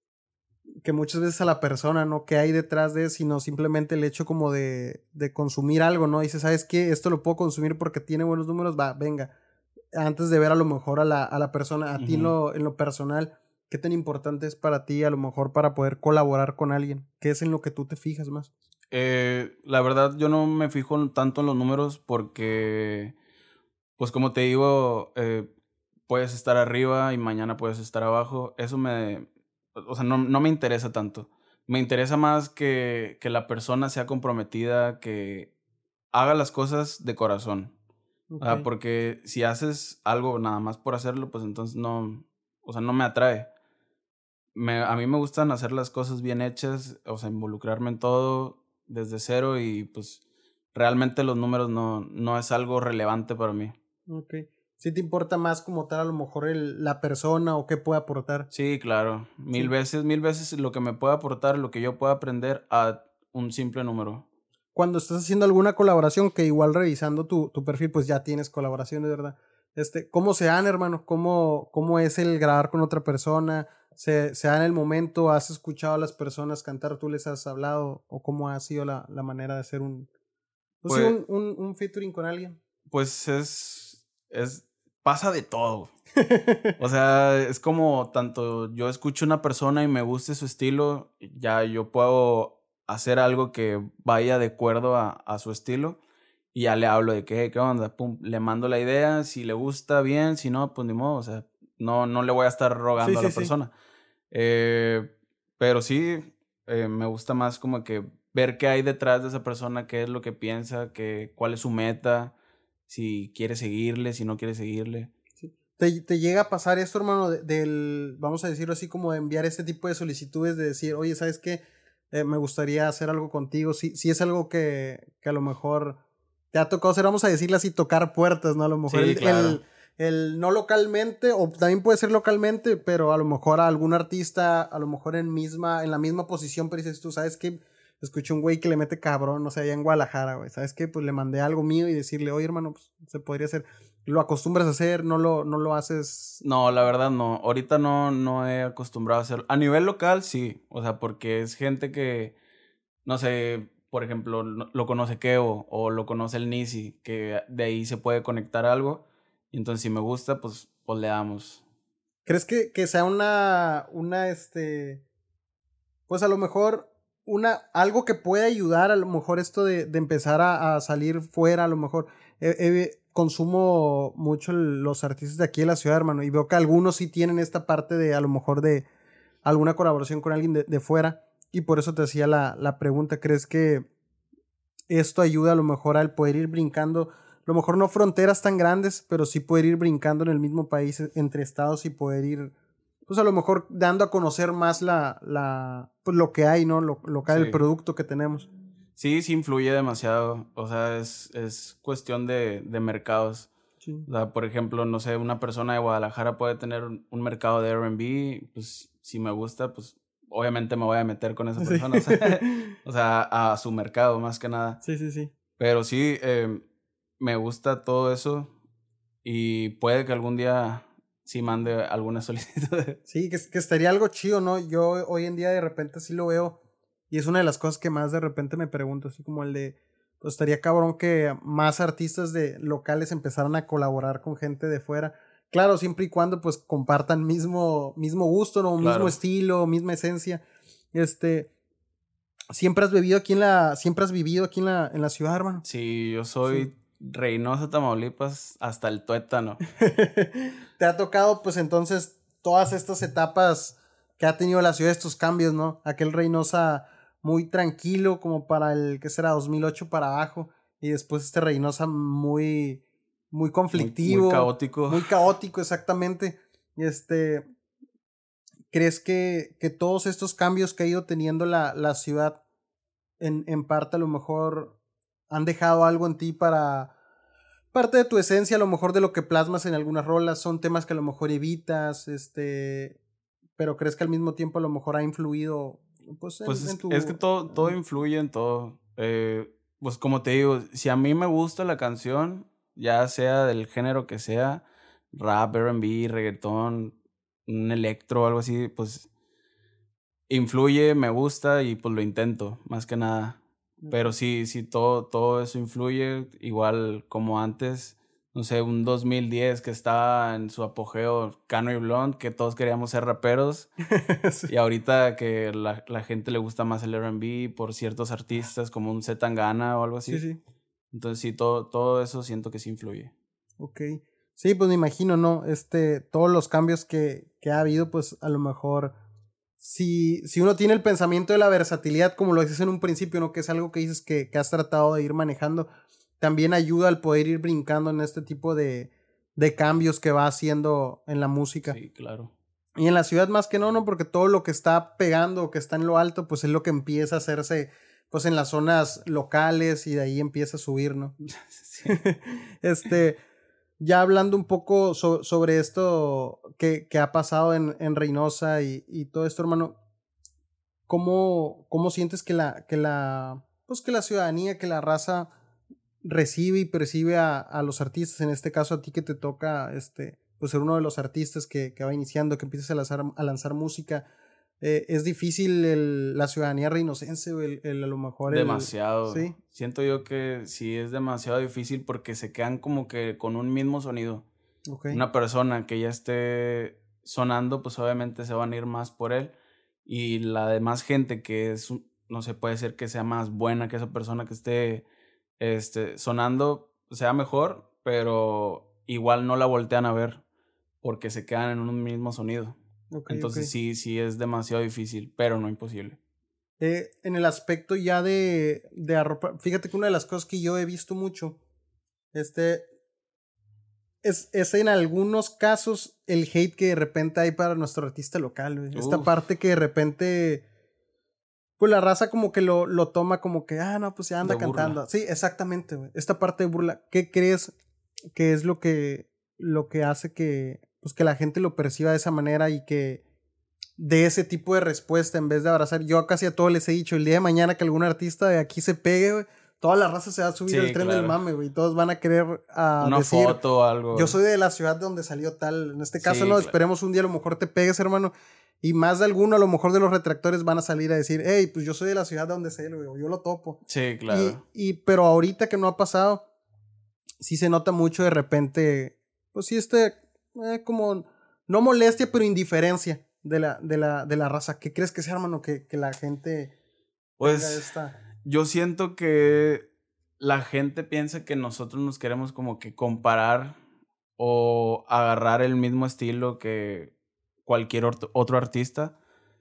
Speaker 1: que muchas veces a la persona, ¿no? Que hay detrás de, sino simplemente el hecho como de, de consumir algo, ¿no? Dice, ¿sabes qué? Esto lo puedo consumir porque tiene buenos números, va, venga. antes de ver a lo mejor a la, a la persona, a
Speaker 2: Ujú.
Speaker 1: ti en lo, en lo personal, ¿qué tan importante es para ti a lo mejor para poder colaborar con alguien? ¿Qué es en lo que tú te fijas más?
Speaker 2: Eh, la verdad, yo no me fijo tanto en los números porque, pues como te digo, eh, puedes estar arriba y mañana puedes estar abajo. Eso me, o sea, no, no me interesa tanto. Me interesa más que, que la persona sea comprometida, que haga las cosas de corazón.
Speaker 1: Ok.
Speaker 2: Ah, porque si haces algo nada más por hacerlo, pues entonces no, o sea, no me atrae. Me, a mí me gustan hacer las cosas bien hechas, o sea, involucrarme en todo desde cero y pues realmente los números no, no es algo relevante para mí.
Speaker 1: Ok. ¿Sí te importa más como tal a lo mejor el, la persona o qué puede aportar?
Speaker 2: Sí, claro, mil
Speaker 1: Sí.
Speaker 2: veces, mil veces lo que me puede aportar, lo que yo pueda aprender a un simple número.
Speaker 1: Cuando estás haciendo alguna colaboración, que igual revisando tu, tu perfil, pues ya tienes colaboraciones, ¿verdad? Este, ¿cómo se dan, hermano? ¿Cómo, cómo es el grabar con otra persona? ¿Se, se da en el momento? ¿Has escuchado a las personas cantar? ¿Tú les has hablado? ¿O cómo ha sido la, la manera de hacer un, pues sí,
Speaker 2: Pues,
Speaker 1: un, un, un featuring con alguien?
Speaker 2: pues es, es, pasa de todo. O sea, es como tanto yo escucho a una persona y me guste su estilo, ya yo puedo hacer algo que vaya de acuerdo a, a su estilo y ya le hablo de que, "Hey, ¿qué onda?" Pum, le mando la idea, si le gusta bien, si no, pues ni modo, o sea, no, no le voy a estar
Speaker 1: Sí,
Speaker 2: rogando a
Speaker 1: sí,
Speaker 2: la
Speaker 1: sí.
Speaker 2: persona. Eh, pero sí, eh, me gusta más como que ver qué hay detrás de esa persona, qué es lo que piensa, qué, cuál es su meta, si quiere seguirle, si no quiere seguirle.
Speaker 1: Sí. ¿Te, te llega a pasar esto, hermano, de- del, vamos a decirlo así, como de enviar este tipo de solicitudes, de decir, oye, ¿sabes qué? Eh, me gustaría hacer algo contigo. Si, si es algo que, que a lo mejor te ha tocado hacer, vamos a decirlo así, tocar puertas, ¿no? A lo mejor
Speaker 2: Sí,
Speaker 1: el,
Speaker 2: claro.
Speaker 1: el, el no localmente, o también puede ser localmente, pero a lo mejor a algún artista, a lo mejor en misma, en la misma posición, pero dices tú, ¿sabes qué? Escuché un güey que le mete cabrón, no sé, allá en Guadalajara, güey. ¿Sabes qué? Pues le mandé algo mío y decirle, oye, hermano, pues se podría hacer. ¿Lo acostumbras a hacer? ¿No lo, no lo haces?
Speaker 2: No, la verdad no. Ahorita no, no he acostumbrado a hacerlo. A nivel local, sí. O sea, porque es gente que, no sé, por ejemplo, no- lo conoce Keo o lo conoce el Nisi, que de ahí se puede conectar algo. Y entonces, si me gusta, pues, pues le damos.
Speaker 1: ¿Crees que, que sea una, una, este, pues a lo mejor una, algo que puede ayudar a lo mejor esto de, de empezar a, a salir fuera, a lo mejor eh, eh, consumo mucho el- los artistas de aquí de la ciudad, hermano, y veo que algunos sí tienen esta parte de a lo mejor de alguna colaboración con alguien de, de fuera, y por eso te hacía la, la pregunta, ¿crees que esto ayuda a lo mejor al poder ir brincando, a lo mejor no fronteras tan grandes, pero sí poder ir brincando en el mismo país e- entre estados y poder ir, pues a lo mejor dando a conocer más la, la, pues lo que hay, ¿no? Lo, local, el
Speaker 2: Sí.
Speaker 1: producto que tenemos.
Speaker 2: Sí, sí influye demasiado. O sea, es, es cuestión de, de mercados.
Speaker 1: Sí.
Speaker 2: O sea, por ejemplo, no sé, una persona de Guadalajara puede tener un, un mercado de R and B, pues si me gusta, pues obviamente me voy a meter con esa
Speaker 1: Sí.
Speaker 2: persona, o sea, o sea, a su mercado más que nada.
Speaker 1: Sí, sí, sí.
Speaker 2: Pero sí, eh, me gusta todo eso y puede que algún día sí mande alguna solicitud.
Speaker 1: Sí, que, que estaría algo chido, ¿no? Yo hoy en día de repente sí lo veo y es una de las cosas que más de repente me pregunto, así como el de, pues estaría cabrón que más artistas de locales empezaran a colaborar con gente de fuera. Claro, siempre y cuando pues compartan mismo, mismo gusto, ¿no? Mismo
Speaker 2: Claro.
Speaker 1: estilo, misma esencia. Este, siempre has vivido aquí en la, siempre has vivido aquí en la, en la ciudad, hermano.
Speaker 2: Sí, yo
Speaker 1: Sí.
Speaker 2: soy Reynosa, Tamaulipas, hasta el tuétano.
Speaker 1: Te ha tocado, pues entonces, todas estas etapas que ha tenido la ciudad, estos cambios, ¿no? Aquel Reynosa muy tranquilo, como para el, ¿qué será? dos mil ocho para abajo. Y después este Reynosa muy, muy
Speaker 2: Muy, muy
Speaker 1: conflictivo,
Speaker 2: caótico.
Speaker 1: muy caótico, exactamente. Y este, ¿crees que, que todos estos cambios que ha ido teniendo la, la ciudad, en, en parte a lo mejor han dejado algo en ti para parte de tu esencia, a lo mejor de lo que plasmas en algunas rolas, son temas que a lo mejor evitas, este, pero crees que al mismo tiempo a lo mejor ha influido, pues,
Speaker 2: Pues
Speaker 1: en, en
Speaker 2: es, es que
Speaker 1: tu...
Speaker 2: todo, todo
Speaker 1: en-
Speaker 2: influye en todo. Eh, pues como te digo, si a mí me gusta la canción, ya sea del género que sea, rap, R and B, reggaetón, un electro o algo así, pues influye, me gusta y pues lo intento, más que nada. Pero sí, sí, todo, todo eso influye, igual como antes. no sé, un dos mil diez que estaba en su apogeo Cano y Blonde, que todos queríamos ser raperos. Sí. Y ahorita que la, la gente le gusta más el R and B por ciertos artistas como un Z Tangana o algo así.
Speaker 1: Sí, sí.
Speaker 2: Entonces sí, todo, todo eso siento que sí influye.
Speaker 1: Ok. Sí, pues me imagino, ¿no? Este, todos los cambios que, que ha habido, pues a lo mejor, si, si uno tiene el pensamiento de la versatilidad, como lo dices en un principio, ¿no? Que es algo que dices que, que has tratado de ir manejando, también ayuda al poder ir brincando en este tipo de, de cambios que va haciendo en la música.
Speaker 2: Sí, claro.
Speaker 1: Y en la ciudad más que no, ¿no? Porque todo lo que está pegando, que está en lo alto, pues es lo que empieza a hacerse, pues en las zonas locales y de ahí empieza a subir, ¿no? Sí. este, ya hablando un poco so, sobre esto que, que ha pasado en, en Reynosa y, y todo esto, hermano, ¿cómo, cómo sientes que la, que la, pues que la ciudadanía, que la raza recibe y percibe a, a los artistas? En este caso a ti que te toca este, pues ser uno de los artistas que, que va iniciando, que empiezas a lanzar, a lanzar música. Eh, es difícil el, la ciudadanía reinocense, el, el, a lo mejor el,
Speaker 2: demasiado.
Speaker 1: ¿sí?
Speaker 2: Siento yo que sí es demasiado difícil porque se quedan como que con un mismo sonido. Okay. Una persona que ya esté sonando, pues obviamente se van a ir más por él. Y la demás gente que es, no sé, puede ser que sea más buena que esa persona que esté este, sonando, sea mejor, pero igual no la voltean a ver porque se quedan en un mismo sonido. Okay, Entonces okay. sí, sí es demasiado difícil, pero no imposible.
Speaker 1: Eh, en el aspecto ya de, de arropa, fíjate que una de las cosas que yo he visto mucho, este, es, es en algunos casos el hate que de repente hay para nuestro artista local, güey. Esta parte que de repente, pues la raza como que lo, lo toma como que, ah, no, pues ya anda cantando. Sí, exactamente, güey. Esta parte de burla, ¿qué crees que es lo que, lo que hace que, pues que la gente lo perciba de esa manera y que de ese tipo de respuesta en vez de abrazar? Yo casi a todos les he dicho, el día de mañana que algún artista de aquí se pegue, güey, toda la raza se va a subir sí, al tren claro. del mame, güey. Todos van a querer uh,
Speaker 2: una
Speaker 1: decir,
Speaker 2: foto o algo.
Speaker 1: Yo soy de la ciudad donde salió tal. En este caso, sí, no, claro. Esperemos un día a lo mejor te pegues, hermano. Y más de alguno, a lo mejor de los retractores van a salir a decir, hey, pues yo soy de la ciudad donde sé, güey, yo lo topo.
Speaker 2: Sí, claro.
Speaker 1: Y, y, pero ahorita que no ha pasado, sí se nota mucho de repente, pues sí, este, eh, como, no molestia, pero indiferencia de la, de la, de la raza. ¿Qué crees que sea, hermano, que, que la gente
Speaker 2: pues,
Speaker 1: tenga esta?
Speaker 2: Yo siento que la gente piensa que nosotros nos queremos como que comparar o agarrar el mismo estilo que cualquier otro artista,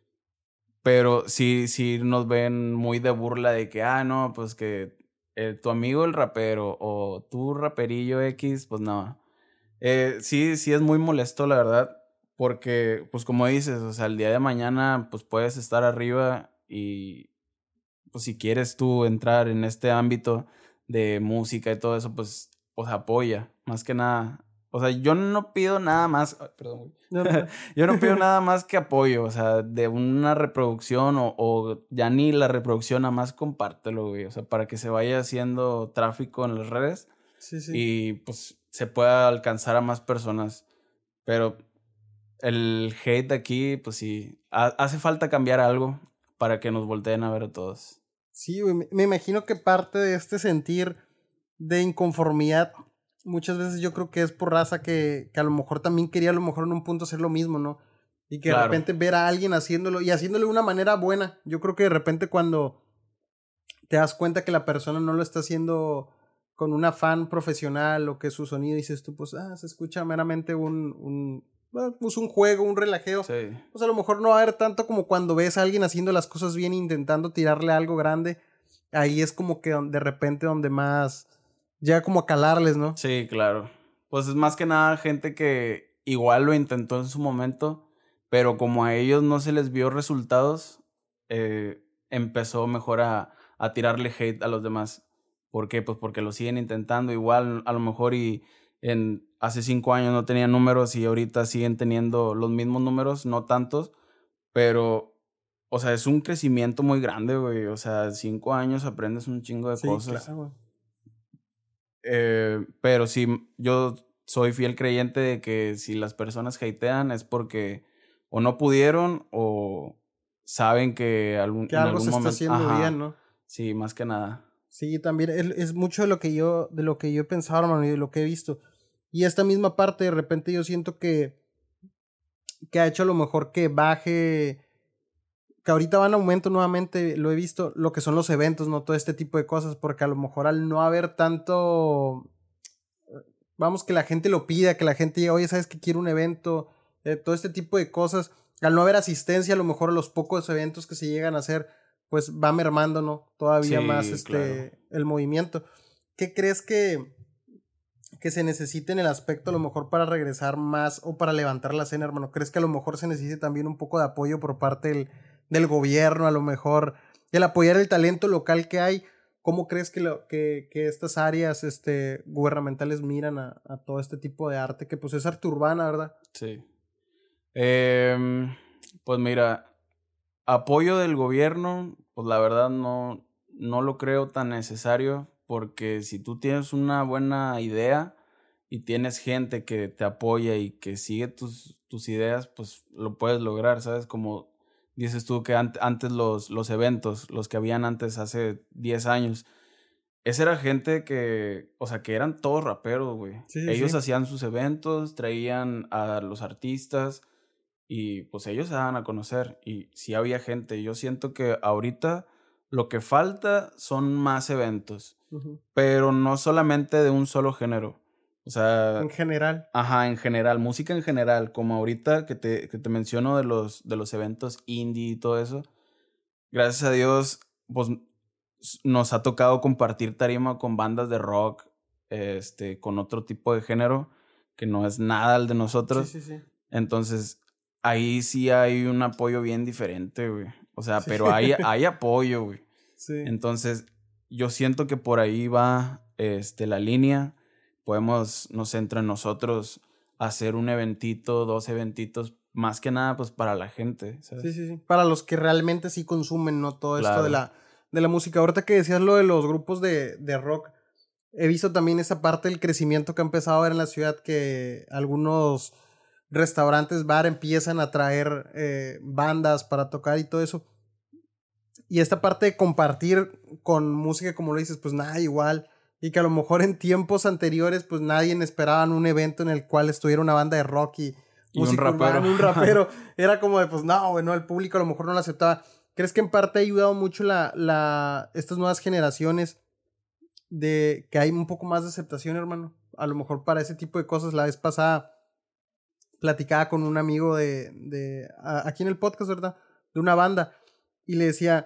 Speaker 2: pero sí, sí nos ven muy de burla de que, ah, no, pues que eh, tu amigo el rapero o tu raperillo X, pues no. Eh, sí, sí es muy molesto, la verdad, porque, pues como dices, o sea, el día de mañana, pues puedes estar arriba y, pues si quieres tú entrar en este ámbito de música y todo eso, pues, pues apoya, más que nada. O sea, yo no pido nada más, ay, perdón, no, no. yo no pido nada más que apoyo, o sea, de una reproducción o, o ya ni la reproducción, nada más compártelo, güey, o sea, para que se vaya haciendo tráfico en las redes
Speaker 1: sí, sí.
Speaker 2: y pues se pueda alcanzar a más personas. Pero el hate de aquí, pues sí, ha, hace falta cambiar algo para que nos volteen a ver a todos.
Speaker 1: Sí, güey, me, me imagino que parte de este sentir de inconformidad muchas veces yo creo que es por raza que, que a lo mejor también quería a lo mejor en un punto hacer lo mismo, ¿no? Y que claro. de repente ver a alguien haciéndolo y haciéndolo de una manera buena. Yo creo que de repente cuando te das cuenta que la persona no lo está haciendo con un afán profesional o que su sonido, dices tú, pues, ah, se escucha meramente un, un, pues un juego, un relajeo.
Speaker 2: Sí.
Speaker 1: Pues a lo mejor no va a haber tanto como cuando ves a alguien haciendo las cosas bien, intentando tirarle algo grande. Ahí es como que de repente donde más llega como a calarles, ¿no?
Speaker 2: Sí, claro. Pues es más que nada gente que igual lo intentó en su momento, pero como a ellos no se les vio resultados, eh, empezó mejor a, a tirarle hate a los demás. ¿Por qué? Pues porque lo siguen intentando igual, a lo mejor y en hace cinco años no tenían números y ahorita siguen teniendo los mismos números, no tantos, pero, o sea, es un crecimiento muy grande, güey. O sea, cinco años aprendes un chingo de
Speaker 1: sí,
Speaker 2: cosas.
Speaker 1: Claro, güey.
Speaker 2: Eh, pero sí, yo soy fiel creyente de que si las personas hatean es porque o no pudieron o saben que, algún,
Speaker 1: que
Speaker 2: en
Speaker 1: algo
Speaker 2: algún
Speaker 1: se
Speaker 2: momento
Speaker 1: está haciendo
Speaker 2: ajá,
Speaker 1: bien, ¿no?
Speaker 2: Sí, más que nada.
Speaker 1: Sí, también es, es mucho de lo que yo de lo que yo he pensado, hermano, y de lo que he visto. Y esta misma parte de repente yo siento que, que ha hecho a lo mejor que baje, que ahorita va en aumento nuevamente, lo he visto, lo que son los eventos, ¿no? Todo este tipo de cosas, porque a lo mejor al no haber tanto, vamos, que la gente lo pida, que la gente diga, oye, ¿sabes que quiero un evento? Eh, todo este tipo de cosas, al no haber asistencia, a lo mejor a los pocos eventos que se llegan a hacer, pues va mermando, ¿no? Todavía sí, más este, claro. El movimiento. ¿Qué crees que, que se necesite en el aspecto a lo mejor para regresar más o para levantar la escena, hermano? ¿Crees que a lo mejor se necesite también un poco de apoyo por parte del, del gobierno, a lo mejor el apoyar el talento local que hay? ¿Cómo crees que, lo, que, que estas áreas este, gubernamentales miran a, a todo este tipo de arte? Que pues es arte urbana, ¿verdad?
Speaker 2: Sí. Eh, pues mira, apoyo del gobierno, pues la verdad no, no lo creo tan necesario, porque si tú tienes una buena idea y tienes gente que te apoya y que sigue tus, tus ideas, pues lo puedes lograr, ¿sabes? Como dices tú que an- antes los, los eventos, los que habían antes hace diez años, esa era gente que, o sea, que eran todos raperos, güey.
Speaker 1: Sí, sí,
Speaker 2: ellos
Speaker 1: sí.
Speaker 2: hacían sus eventos, traían a los artistas y pues ellos se daban a conocer y sí había gente. Yo siento que ahorita lo que falta son más eventos,
Speaker 1: Uh-huh.
Speaker 2: pero no solamente de un solo género. O sea,
Speaker 1: en general.
Speaker 2: Ajá, en general, música en general, como ahorita que te, que te menciono de los, de los eventos indie y todo eso. Gracias a Dios, pues nos ha tocado compartir tarima con bandas de rock, este, con otro tipo de género que no es nada el de nosotros.
Speaker 1: Sí, sí, sí.
Speaker 2: Entonces, ahí sí hay un apoyo bien diferente, güey. O sea,
Speaker 1: Sí.
Speaker 2: pero hay, hay apoyo, güey.
Speaker 1: Sí.
Speaker 2: Entonces, yo siento que por ahí va este, la línea. Podemos, no sé, entre nosotros hacer un eventito, dos eventitos, más que nada, pues para la gente, ¿sabes?
Speaker 1: Sí, sí, sí. Para los que realmente sí consumen, ¿no? Todo
Speaker 2: Claro.
Speaker 1: esto de la, de la música. Ahorita que decías lo de los grupos de, de rock, he visto también esa parte del crecimiento que ha empezado a ver en la ciudad, que algunos restaurantes, bar empiezan a traer eh, bandas para tocar y todo eso. Y esta parte de compartir con música, como lo dices, pues nada igual. Y que a lo mejor en tiempos anteriores, pues nadie esperaba un evento en el cual estuviera una banda de rock y,
Speaker 2: y un rapero.
Speaker 1: Urbana, un rapero. Era como de, pues no, bueno, el público a lo mejor no lo aceptaba. ¿Crees que en parte ha ayudado mucho la, la, estas nuevas generaciones de que hay un poco más de aceptación, hermano? A lo mejor para ese tipo de cosas. La vez pasada platicaba con un amigo de, de a, aquí en el podcast, ¿verdad? De una banda. Y le decía,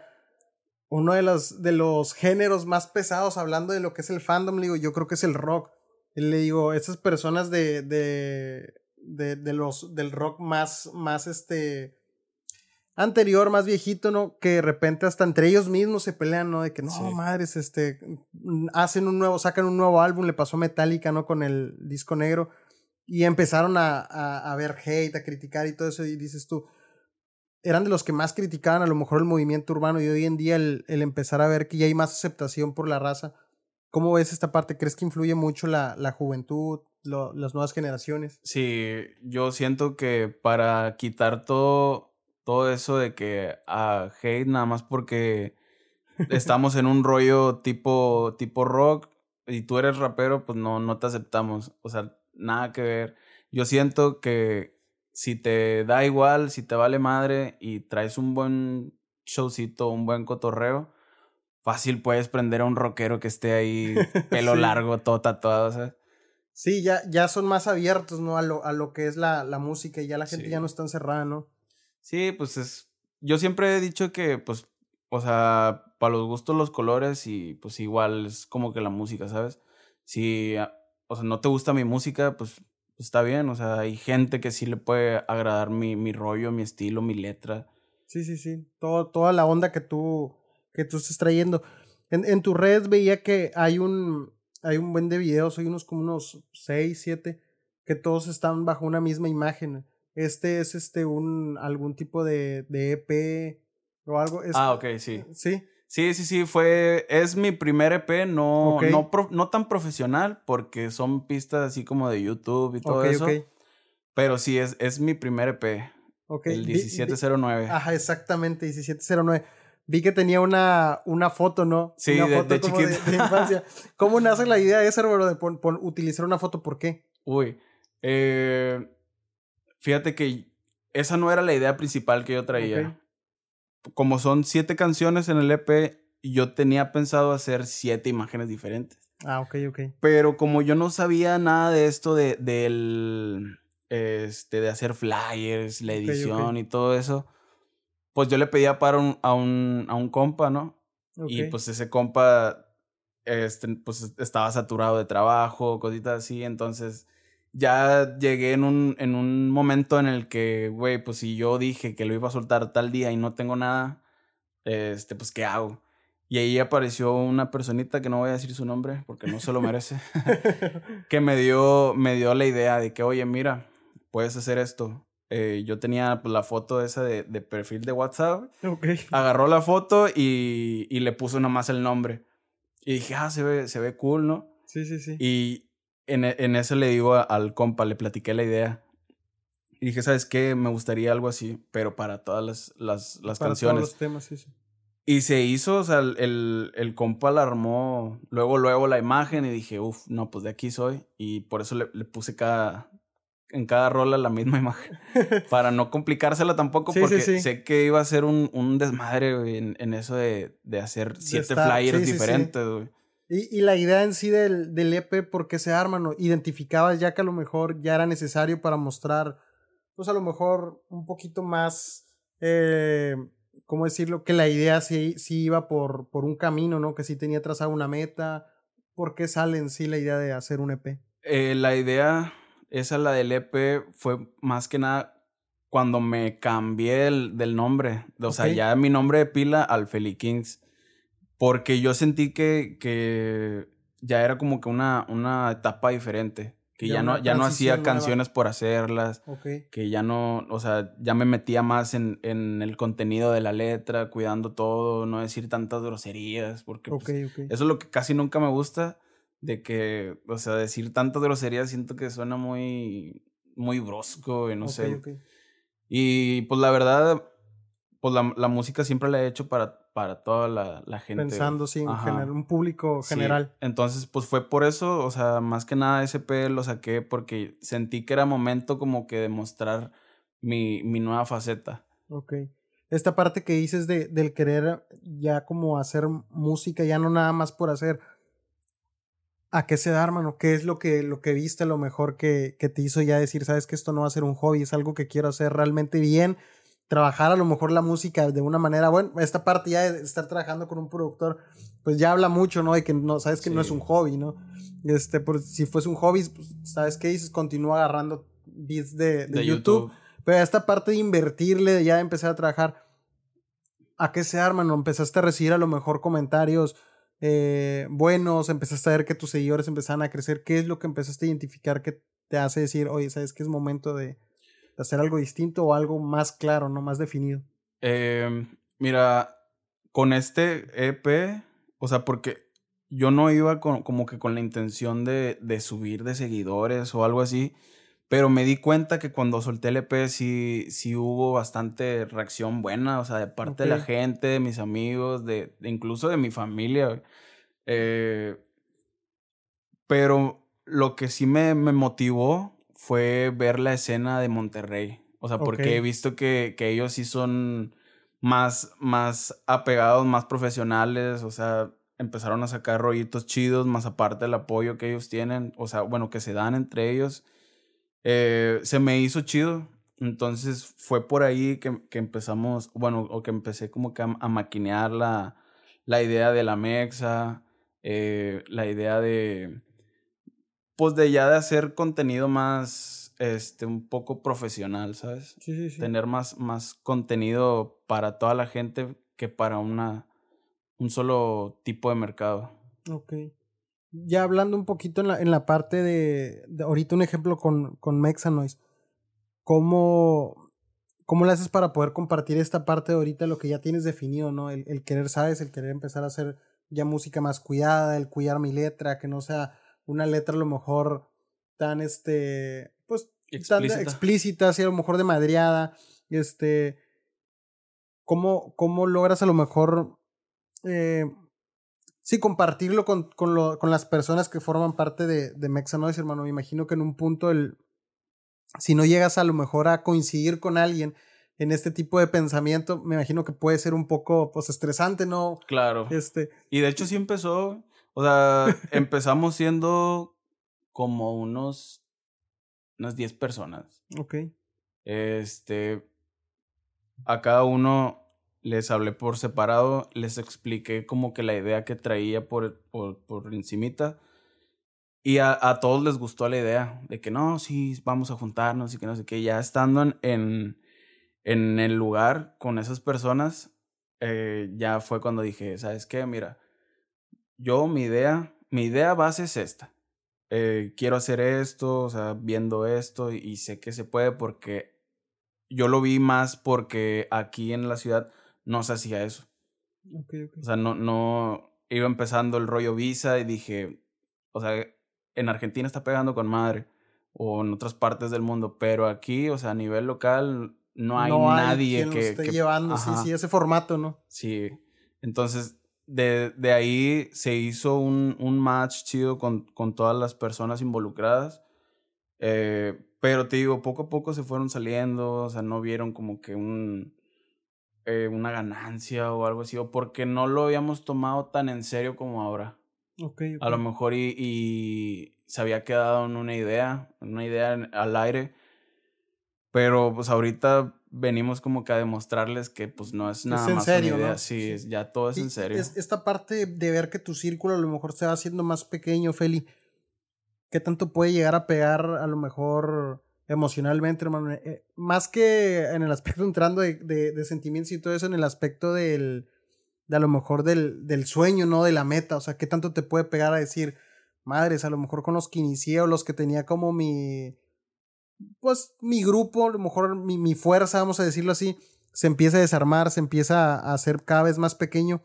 Speaker 1: uno de los, de los géneros más pesados, hablando de lo que es el fandom, le digo, yo creo que es el rock. Y le digo, esas personas de, de, de, de los, del rock más, más este, anterior, más viejito, ¿no? Que de repente hasta entre ellos mismos se pelean, ¿no? De que no, sí. madres, este, hacen un nuevo, sacan un nuevo álbum, le pasó a Metallica, ¿no? Con el disco negro. Y empezaron a, a, a ver hate, a criticar y todo eso. Y dices tú, eran de los que más criticaban a lo mejor el movimiento urbano, y hoy en día el, el empezar a ver que ya hay más aceptación por la raza. ¿Cómo ves esta parte? ¿Crees que influye mucho la, la juventud, lo, las nuevas generaciones?
Speaker 2: Sí, yo siento que para quitar todo, todo eso de que a hate nada más porque estamos en un rollo tipo, tipo rock y tú eres rapero, pues no, no te aceptamos. O sea, nada que ver. Yo siento que si te da igual, si te vale madre y traes un buen showcito, un buen cotorreo, fácil puedes prender a un rockero que esté ahí, pelo sí. largo, todo tatuado, ¿sabes?
Speaker 1: Sí, ya, ya son más abiertos, ¿no? A lo, a lo que es la, la música, y ya la gente sí. ya no está encerrada, ¿no?
Speaker 2: Sí, pues es... Yo siempre he dicho que, pues, o sea, para los gustos los colores, y pues igual es como que la música, ¿sabes? Si, o sea, no te gusta mi música, pues está bien, o sea, hay gente que sí le puede agradar mi, mi rollo, mi estilo, mi letra.
Speaker 1: Sí, sí, sí, Todo, toda la onda que tú, que tú estás trayendo. En, en tus redes veía que hay un, hay un buen de videos, hay unos como unos seis, siete, que todos están bajo una misma imagen. Este es este un, algún tipo de, de E P o algo. Es,
Speaker 2: ah, ok, sí.
Speaker 1: ¿Sí?
Speaker 2: Sí, sí, sí, fue, es mi primer E P, no, okay. no, pro, no tan profesional, porque son pistas así como de YouTube y todo okay, eso, okay. pero sí, es, es mi primer E P, okay. el diecisiete cero nueve.
Speaker 1: Ajá, exactamente, diecisiete cero nueve. Vi que tenía una, una foto, ¿no?
Speaker 2: Sí,
Speaker 1: una
Speaker 2: de,
Speaker 1: foto
Speaker 2: de
Speaker 1: como
Speaker 2: chiquito.
Speaker 1: De, de infancia. ¿Cómo nace la idea de esa, bro, de pon, pon, utilizar una foto? ¿Por qué?
Speaker 2: Uy, eh, fíjate que esa no era la idea principal que yo traía.
Speaker 1: Ok.
Speaker 2: Como son siete canciones en el E P, yo tenía pensado hacer siete imágenes diferentes.
Speaker 1: Ah, ok, ok.
Speaker 2: Pero como yo no sabía nada de esto de, del, este, de hacer flyers, la
Speaker 1: Ok, ok.
Speaker 2: edición y todo eso, pues yo le pedía para un, a, un, a un compa, ¿no?
Speaker 1: Ok.
Speaker 2: Y pues ese compa, este, pues estaba saturado de trabajo, cositas así, entonces ya llegué en un, en un momento en el que, güey, pues si yo dije que lo iba a soltar tal día y no tengo nada, este, pues ¿qué hago? Y ahí apareció una personita que no voy a decir su nombre porque no se lo merece, que me dio, me dio la idea de que, oye, mira, puedes hacer esto. Eh, yo tenía pues, la foto esa de, de perfil de WhatsApp.
Speaker 1: Ok.
Speaker 2: Agarró la foto y, y le puso nomás el nombre. Y dije, ah, se ve, se ve cool, ¿no?
Speaker 1: Sí, sí, sí.
Speaker 2: Y en, e- en eso le digo a- al compa, le platiqué la idea. Y dije, ¿sabes qué? Me gustaría algo así, pero para todas las, las, las
Speaker 1: Para todos
Speaker 2: canciones.
Speaker 1: los temas, sí, sí.
Speaker 2: Y se hizo, o sea, el, el, el compa la armó luego, luego la imagen y dije, uff, no, pues de aquí soy. Y por eso le, le puse cada, en cada rola la misma imagen. Para no complicársela tampoco,
Speaker 1: Sí, sí,
Speaker 2: porque
Speaker 1: sí.
Speaker 2: sé que iba a ser un, un desmadre, güey, en, en eso de, de hacer
Speaker 1: De
Speaker 2: siete
Speaker 1: estar,
Speaker 2: flyers
Speaker 1: sí, sí, sí.
Speaker 2: diferentes, güey.
Speaker 1: Y, y la idea en sí del, del E P, ¿por qué se arma, no? Identificabas ya que a lo mejor ya era necesario para mostrar, pues a lo mejor un poquito más, eh, ¿cómo decirlo? Que la idea sí, sí iba por, por un camino, ¿no? Que sí tenía trazada una meta. ¿Por qué sale en sí la idea de hacer un E P?
Speaker 2: Eh, la idea, esa, la del E P, fue más que nada cuando me cambié el, del nombre. O
Speaker 1: Ok,
Speaker 2: sea, ya mi nombre de pila al Feli Kings. Porque yo sentí que, que ya era como que una, una etapa diferente. Que
Speaker 1: ya
Speaker 2: ya no,
Speaker 1: una
Speaker 2: ya no hacía
Speaker 1: transición nueva.
Speaker 2: canciones por hacerlas.
Speaker 1: Ok,
Speaker 2: Que ya no, o sea, ya me metía más en, en el contenido de la letra, cuidando todo, no decir tantas groserías. Porque
Speaker 1: ok,
Speaker 2: pues,
Speaker 1: ok.
Speaker 2: eso es lo que casi nunca me gusta. De que, o sea, decir tantas groserías siento que suena muy, muy brusco y no
Speaker 1: Ok,
Speaker 2: sé.
Speaker 1: ok.
Speaker 2: Y pues la verdad, pues la, la música siempre la he hecho para, para toda la, la gente, güey.
Speaker 1: Pensando, sí, en general,
Speaker 2: Ajá.
Speaker 1: un público
Speaker 2: Sí.
Speaker 1: general.
Speaker 2: Entonces, pues fue por eso, o sea, más que nada ese P lo saqué porque sentí que era momento como que de mostrar mi, mi nueva faceta.
Speaker 1: Ok. Esta parte que dices de, del querer ya como hacer música, ya no nada más por hacer. ¿A qué se da, hermano? ¿Qué es lo que, lo que viste, lo mejor que, que te hizo ya decir, sabes que esto no va a ser un hobby, es algo que quiero hacer realmente bien? Trabajar a lo mejor la música de una manera, bueno, esta parte ya de estar trabajando con un productor, pues ya habla mucho, ¿no? De que no, sabes que no es un
Speaker 2: Sí.
Speaker 1: hobby, ¿no? Este, por, si fuese un hobby, pues, ¿sabes qué dices? Continúa agarrando beats de, de
Speaker 2: De
Speaker 1: YouTube,
Speaker 2: YouTube.
Speaker 1: pero esta parte de invertirle, de ya empezar a trabajar, ¿a qué se arman? ¿No? Empezaste a recibir a lo mejor comentarios eh, buenos, empezaste a ver que tus seguidores empezaban a crecer. ¿Qué es lo que empezaste a identificar que te hace decir, oye, sabes que es momento de, de hacer algo distinto o algo más claro, no más definido?
Speaker 2: Eh, mira, con este E P, o sea, porque yo no iba con, como que con la intención de, de subir de seguidores o algo así, pero me di cuenta que cuando solté el E P sí, sí hubo bastante reacción buena, o sea, de parte
Speaker 1: Ok,
Speaker 2: de la gente, de mis amigos, de, de incluso de mi familia. Güey. Eh, pero lo que sí me, me motivó fue ver la escena de Monterrey. O sea,
Speaker 1: ok,
Speaker 2: porque he visto que, que ellos sí son más, más apegados, más profesionales. O sea, empezaron a sacar rollitos chidos, más aparte del apoyo que ellos tienen. O sea, bueno, que se dan entre ellos. Eh, se me hizo chido. Entonces fue por ahí que, que empezamos, bueno, o que empecé como que a, a maquinear la, la idea de la Mexa, eh, la idea de pues de ya de hacer contenido más, este, un poco profesional, ¿sabes?
Speaker 1: sí, sí, sí.
Speaker 2: Tener más, más contenido para toda la gente que para una, un solo tipo de mercado.
Speaker 1: Ok. Ya hablando un poquito en la, en la parte de, de ahorita un ejemplo con, con Mexanoise, ¿cómo, ¿cómo le haces para poder compartir esta parte de ahorita lo que ya tienes definido, ¿no? El, el querer, ¿sabes? El querer empezar a hacer ya música más cuidada, el cuidar mi letra, que no sea una letra a lo mejor tan, este, pues, tan de-
Speaker 2: Explícita.
Speaker 1: explícita, así a lo mejor de madreada, este, ¿cómo, ¿cómo logras a lo mejor eh, Sí, compartirlo con, con, lo, con las personas que forman parte de, de Mexa Noise, hermano. Me imagino que en un punto, el, si no llegas a lo mejor a coincidir con alguien en este tipo de pensamiento, me imagino que puede ser un poco, pues, estresante, ¿no?
Speaker 2: Claro.
Speaker 1: Este...
Speaker 2: Y de hecho sí empezó, o sea, empezamos siendo como unos, unas diez personas.
Speaker 1: Ok.
Speaker 2: Este, a cada uno les hablé por separado, les expliqué como que la idea que traía por, por, por encimita. Y a, a todos les gustó la idea de que no, sí, vamos a juntarnos y que no sé qué. Ya estando en, en, en el lugar con esas personas, eh, ya fue cuando dije, ¿sabes qué? Mira, yo mi idea, mi idea base es esta. Eh, quiero hacer esto, o sea, viendo esto y, y sé que se puede porque yo lo vi más porque aquí en la ciudad no se hacía eso.
Speaker 1: Okay, okay.
Speaker 2: O sea, no, no iba empezando el rollo Visa y dije, o sea, en Argentina está pegando con madre o en otras partes del mundo, pero aquí, o sea, a nivel local no hay
Speaker 1: No hay
Speaker 2: nadie
Speaker 1: quien lo
Speaker 2: que...
Speaker 1: esté
Speaker 2: que
Speaker 1: llevando, sí,
Speaker 2: ajá,
Speaker 1: sí, ese formato, ¿no?
Speaker 2: sí. Entonces, de, de ahí se hizo un, un match chido con, con todas las personas involucradas. Eh, pero te digo, poco a poco se fueron saliendo, o sea, no vieron como que un... Eh, una ganancia o algo así, o porque no lo habíamos tomado tan en serio como ahora.
Speaker 1: Okay, okay.
Speaker 2: A lo mejor y, y se había quedado en una idea, en una idea en, al aire, pero pues ahorita venimos como que a demostrarles que pues no es nada
Speaker 1: es en
Speaker 2: más
Speaker 1: serio,
Speaker 2: una idea,
Speaker 1: ¿no?
Speaker 2: sí,
Speaker 1: Sí.
Speaker 2: Es, ya todo es
Speaker 1: y,
Speaker 2: en serio.
Speaker 1: Es, esta parte de ver que tu círculo a lo mejor se va haciendo más pequeño, Feli, ¿qué tanto puede llegar a pegar a lo mejor emocionalmente, hermano? Eh, más que en el aspecto entrando de, de, de sentimientos y todo eso, en el aspecto del, de a lo mejor del, del sueño, ¿no? De la meta, o sea, ¿qué tanto te puede pegar a decir, madres, a lo mejor con los que inicié o los que tenía como mi, pues mi grupo, a lo mejor mi, mi fuerza, vamos a decirlo así, se empieza a desarmar, se empieza a hacer cada vez más pequeño?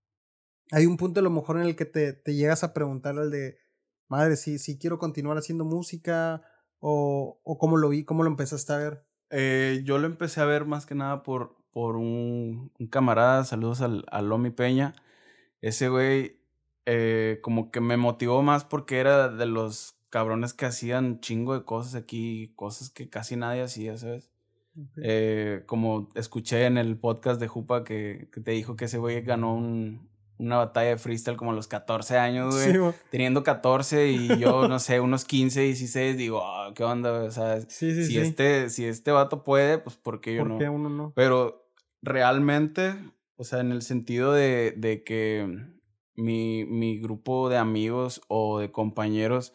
Speaker 1: Hay un punto a lo mejor en el que te, te llegas a preguntar al de, madre, si, si quiero continuar haciendo música o, o cómo lo vi, cómo lo empezaste a ver.
Speaker 2: Eh, yo lo empecé a ver más que nada por, por un, un camarada, saludos al, al Lomi Peña. Ese güey eh, como que me motivó más porque era de los cabrones que hacían chingo de cosas aquí, cosas que casi nadie hacía, ¿sabes?
Speaker 1: Okay.
Speaker 2: Eh, como escuché en el podcast de Jupa que, que te dijo que ese güey ganó un, una batalla de freestyle como a los catorce años, güey.
Speaker 1: Sí,
Speaker 2: teniendo catorce y yo, no sé, unos quince, dieciséis, digo, oh, ¿qué onda? O sea,
Speaker 1: sí, sí,
Speaker 2: si,
Speaker 1: sí.
Speaker 2: Este, si este vato puede, pues ¿por qué yo
Speaker 1: ¿Por
Speaker 2: no?
Speaker 1: qué uno no?
Speaker 2: Pero realmente, o sea, en el sentido de, de que mi, mi grupo de amigos o de compañeros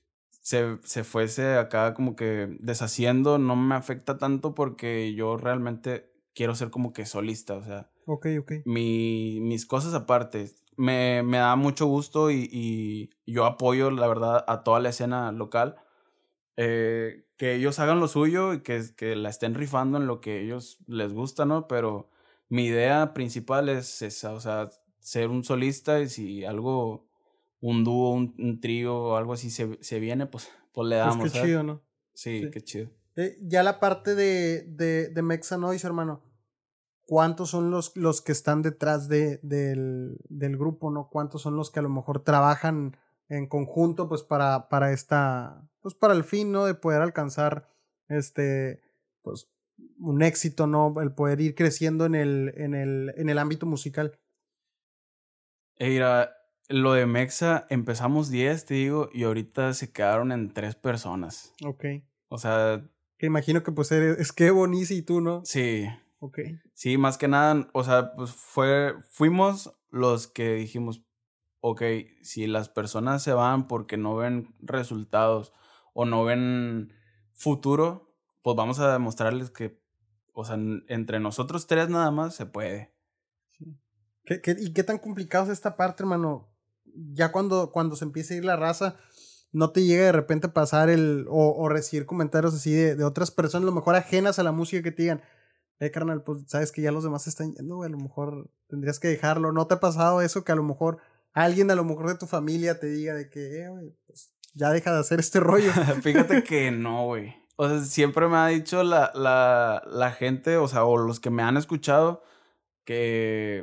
Speaker 2: se, se fuese acá como que deshaciendo, no me afecta tanto porque yo realmente quiero ser como que solista, o sea,
Speaker 1: Ok, ok.
Speaker 2: mi, mis cosas aparte. Me, me da mucho gusto y, y yo apoyo, la verdad, a toda la escena local. Eh, que ellos hagan lo suyo y que, que la estén rifando en lo que a ellos les gusta, ¿no? Pero mi idea principal es esa, o sea, ser un solista y si algo, un dúo, un, un trío o algo así se, se viene, pues, pues le
Speaker 1: Pues
Speaker 2: damos,
Speaker 1: qué
Speaker 2: ¿sabes?
Speaker 1: chido, ¿no?
Speaker 2: Sí,
Speaker 1: Sí.
Speaker 2: qué chido.
Speaker 1: Eh, ya la parte de, de, de Mexa Noise, hermano. ¿Cuántos son los, los que están detrás de, del, del grupo, no? ¿Cuántos son los que a lo mejor trabajan en conjunto, pues, para, para esta, pues, para el fin, ¿no? De poder alcanzar, este, pues, un éxito, ¿no? El poder ir creciendo en el, en el, en el ámbito musical.
Speaker 2: E mira, lo de Mexa, empezamos diez, te digo, y ahorita se quedaron en tres personas.
Speaker 1: Ok.
Speaker 2: O sea...
Speaker 1: Que imagino que, pues, eres, es que Bonici y tú, ¿no?
Speaker 2: Sí.
Speaker 1: Ok.
Speaker 2: Sí, más que nada, o sea, pues fue, fuimos los que dijimos, ok, si las personas se van porque no ven resultados o no ven futuro, pues vamos a demostrarles que, o sea, entre nosotros tres nada más se puede.
Speaker 1: Sí. ¿Qué, qué, ¿Y qué tan complicado es esta parte, hermano? Ya cuando, cuando se empieza a ir la raza, no te llega de repente a pasar el, o, o recibir comentarios así de, de otras personas, a lo mejor ajenas a la música, que te digan, eh, carnal, pues sabes que ya los demás se están yendo, güey, a lo mejor tendrías que dejarlo. ¿No te ha pasado eso que a lo mejor alguien, a lo mejor de tu familia te diga de que, eh, güey, pues ya deja de hacer este rollo?
Speaker 2: Fíjate que no, güey. O sea, siempre me ha dicho la, la, la gente, o sea, o los que me han escuchado, que,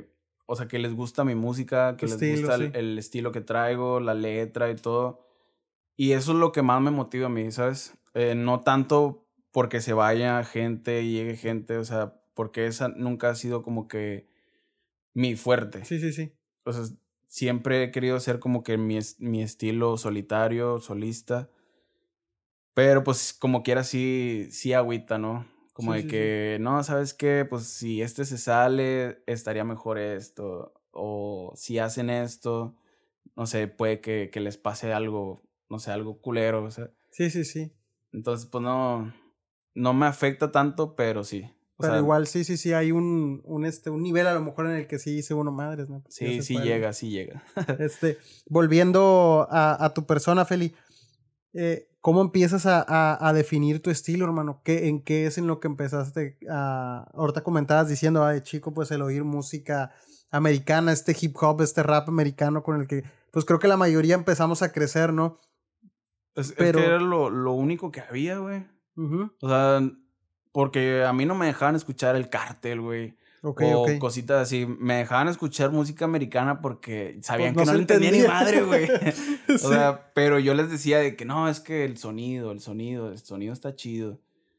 Speaker 2: o sea, que les gusta mi música, que les
Speaker 1: Estilo,
Speaker 2: gusta
Speaker 1: sí.
Speaker 2: el, el estilo que traigo, la letra y todo. Y eso es lo que más me motiva a mí, ¿sabes? Eh, no tanto porque se vaya gente y llegue gente, o sea, porque esa nunca ha sido como que mi fuerte.
Speaker 1: Sí, sí, sí.
Speaker 2: O sea, siempre he querido ser como que mi, es- mi estilo solitario, solista. Pero pues como quiera sí, sí agüita, ¿no? Como
Speaker 1: Sí,
Speaker 2: de
Speaker 1: sí, sí.
Speaker 2: que, no, ¿sabes qué? Pues si este se sale, estaría mejor esto. O si hacen esto, no sé, puede que, que les pase algo, no sé, algo culero, o sea.
Speaker 1: Sí, sí, sí.
Speaker 2: Entonces, pues no, no me afecta tanto, pero sí. O
Speaker 1: Pero
Speaker 2: sea,
Speaker 1: igual sí, sí, sí, hay un, un, este, un nivel a lo mejor en el que sí dice uno madres, ¿no? Pues ya
Speaker 2: sí,
Speaker 1: se
Speaker 2: sí
Speaker 1: fue algo.
Speaker 2: llega, sí llega.
Speaker 1: Este, volviendo a, a tu persona, Feli, eh, ¿cómo empiezas a, a, a definir tu estilo, hermano? ¿Qué, ¿En qué es en lo que empezaste a... Ahorita comentabas diciendo, ay, chico, pues el oír música americana, este hip hop, este rap americano con el que, pues creo que la mayoría empezamos a crecer, ¿no?
Speaker 2: Es, es que
Speaker 1: Pero,
Speaker 2: era lo, lo único que había, güey.
Speaker 1: ujú,
Speaker 2: O sea, porque a mí no me dejaban escuchar el Cártel, güey.
Speaker 1: ok, ok.
Speaker 2: O cositas así. Me dejaban escuchar música americana porque
Speaker 1: Pues
Speaker 2: sabían
Speaker 1: no
Speaker 2: que no
Speaker 1: se
Speaker 2: le entendía ni
Speaker 1: entendía.
Speaker 2: madre, güey. O
Speaker 1: Sí.
Speaker 2: sea, pero yo les decía de que no, es que el sonido, el sonido, el sonido está chido.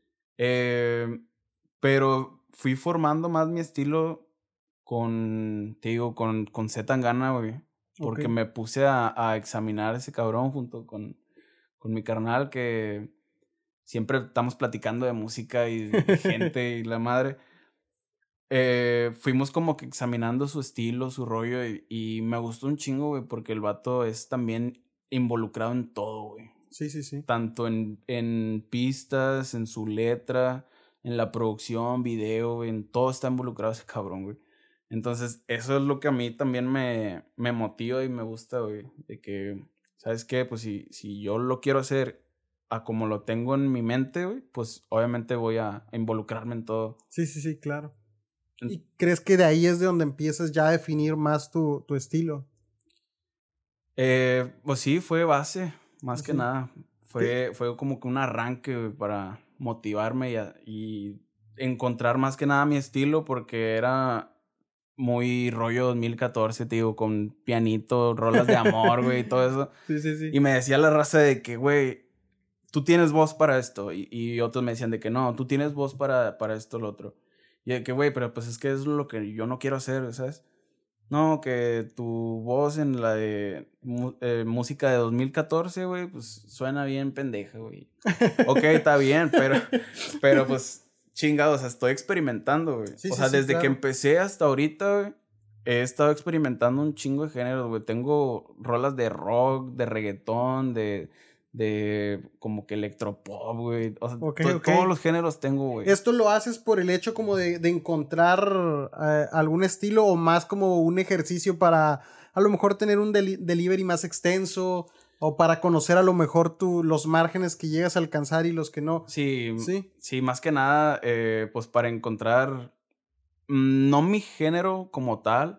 Speaker 2: Eh, pero fui formando más mi estilo con, te digo, con, con Z Tangana, güey.
Speaker 1: Ok.
Speaker 2: Porque me puse a, a examinar a ese cabrón junto con, con mi carnal que siempre estamos platicando de música y, y gente y la madre. Eh, fuimos como que examinando su estilo, su rollo y, y me gustó un chingo, güey, porque el vato es también involucrado en todo, güey.
Speaker 1: Sí, sí, sí.
Speaker 2: Tanto en, en pistas, en su letra, en la producción, video, güey, en todo está involucrado ese cabrón, güey. Entonces, eso es lo que a mí también me, me motiva y me gusta, güey. De que, ¿sabes qué? Pues si, si yo lo quiero hacer a como lo tengo en mi mente, güey, pues obviamente voy a, a involucrarme en todo.
Speaker 1: Sí, sí, sí, claro.
Speaker 2: En-
Speaker 1: ¿Y crees que de ahí es de donde empiezas ya a definir más tu, tu estilo?
Speaker 2: Eh, pues sí, fue base, más que
Speaker 1: Sí.
Speaker 2: nada.
Speaker 1: ¿Qué?
Speaker 2: Fue, fue como que un arranque, güey, para motivarme y, a- y encontrar más que nada mi estilo porque era muy rollo dos mil catorce, te digo, con pianito, rolas de amor, güey, y todo eso.
Speaker 1: Sí, sí, sí.
Speaker 2: Y me decía la raza de que, güey, tú tienes voz para esto. Y, y otros me decían de que no, tú tienes voz para, para esto, lo otro. Y de que, güey, pero pues es que es lo que yo no quiero hacer, ¿sabes? No, que tu voz en la de mu- eh, música de dos mil catorce, güey, pues suena bien pendeja, güey. Ok, está bien, pero, pero pues chingado, o sea, estoy experimentando, güey.
Speaker 1: Sí,
Speaker 2: O
Speaker 1: sí,
Speaker 2: sea,
Speaker 1: sí,
Speaker 2: desde que
Speaker 1: claro.
Speaker 2: empecé hasta ahorita, güey, he estado experimentando un chingo de géneros, güey. Tengo rolas de rock, de reggaetón, de, de como que electropop, güey. O sea,
Speaker 1: Ok,
Speaker 2: to-
Speaker 1: ok.
Speaker 2: todos los géneros tengo, güey.
Speaker 1: ¿Esto lo haces por el hecho como de, de encontrar eh, algún estilo o más como un ejercicio para a lo mejor tener un deli- delivery más extenso o para conocer a lo mejor tú los márgenes que llegas a alcanzar y los que no?
Speaker 2: Sí,
Speaker 1: Sí,
Speaker 2: sí, más que nada, eh, pues para encontrar, mm, no mi género como tal,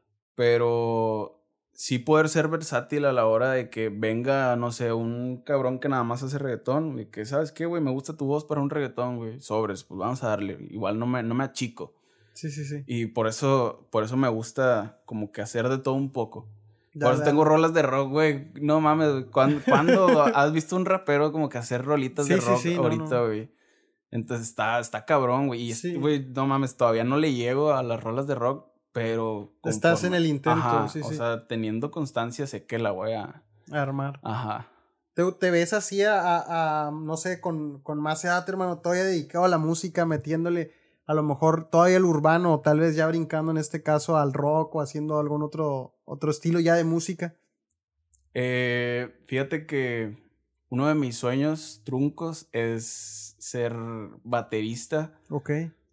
Speaker 2: pero sí poder ser versátil a la hora de que venga, no sé, un cabrón que nada más hace reggaetón y que, ¿sabes qué, güey? Me gusta tu voz para un reggaetón, güey. Sobres, pues vamos a darle. Igual no me, no me achico.
Speaker 1: sí, sí, sí.
Speaker 2: Y por eso, por eso me gusta como que hacer de todo un poco. Por
Speaker 1: Dale,
Speaker 2: eso tengo
Speaker 1: dale.
Speaker 2: rolas de rock, güey. No mames, güey. ¿Cuándo, cuándo has visto un rapero como que hacer rolitas de
Speaker 1: Sí, sí,
Speaker 2: rock
Speaker 1: sí, no,
Speaker 2: ahorita,
Speaker 1: no.
Speaker 2: güey? Entonces está, está cabrón, güey. Y, es-
Speaker 1: Sí,
Speaker 2: güey, no mames, todavía no le llego a las rolas de rock, pero
Speaker 1: estás en
Speaker 2: conforme.
Speaker 1: el intento,
Speaker 2: Ajá,
Speaker 1: sí,
Speaker 2: o
Speaker 1: sí,
Speaker 2: sea, teniendo constancia sé que la voy a...
Speaker 1: a armar.
Speaker 2: Ajá.
Speaker 1: ¿Te, te ves así a, a- a, no sé, con, con más edad, hermano, todavía dedicado a la música, metiéndole a lo mejor todavía al urbano o tal vez ya brincando en este caso al rock o haciendo algún otro, otro estilo ya de música?
Speaker 2: Eh, fíjate que uno de mis sueños truncos es ser baterista
Speaker 1: Ok,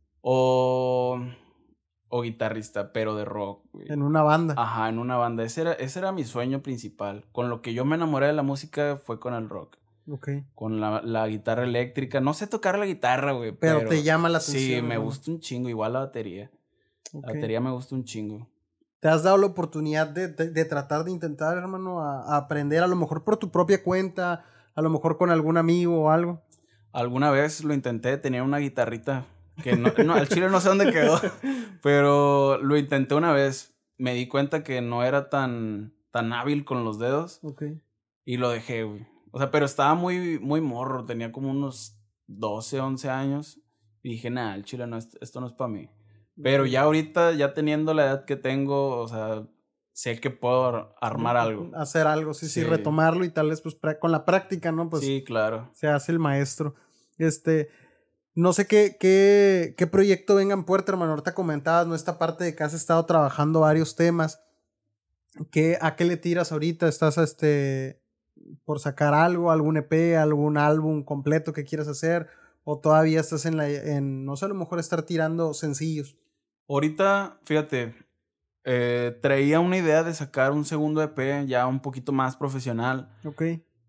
Speaker 2: o, o guitarrista, pero de rock, güey.
Speaker 1: en una banda.
Speaker 2: Ajá, en una banda. Ese era, ese era mi sueño principal. Con lo que yo me enamoré de la música fue con el rock.
Speaker 1: Ok,
Speaker 2: Con la, la guitarra eléctrica. No sé tocar la guitarra, güey,
Speaker 1: pero te
Speaker 2: pero
Speaker 1: llama la
Speaker 2: sí,
Speaker 1: atención,
Speaker 2: me
Speaker 1: hermano.
Speaker 2: gusta un chingo. Igual la batería. La
Speaker 1: Ok.
Speaker 2: batería me gusta un chingo.
Speaker 1: ¿Te has dado la oportunidad de, de- de tratar de intentar, hermano, a, a aprender a lo mejor por tu propia cuenta, a lo mejor con algún amigo o algo?
Speaker 2: Alguna vez lo intenté, tenía una guitarrita que no, no, al chile no sé dónde quedó, pero lo intenté una vez. me di cuenta que no era tan, tan hábil con los dedos.
Speaker 1: Ok.
Speaker 2: Y lo dejé, güey. O sea, pero estaba muy, muy morro. Tenía como unos doce, once años. Y dije, nah, el chile no, esto no es para mí. Pero ya ahorita, ya teniendo la edad que tengo, o sea, sé que puedo armar algo.
Speaker 1: Hacer algo, sí, sí,
Speaker 2: Sí.
Speaker 1: retomarlo y tal vez, pues, con la práctica, ¿no? Pues,
Speaker 2: sí, claro.
Speaker 1: se hace el maestro. Este, no sé qué, qué, qué proyecto venga en puerta, hermano. Ahorita comentabas, ¿no? Esta parte de que has estado trabajando varios temas. ¿Qué, ¿A qué le tiras ahorita? ¿Estás, este, por sacar algo, algún E P, algún álbum completo que quieras hacer? ¿O todavía estás en la, en, no sé, a lo mejor estar tirando sencillos?
Speaker 2: Ahorita, fíjate, eh, traía una idea de sacar un segundo E P ya un poquito más profesional.
Speaker 1: Ok.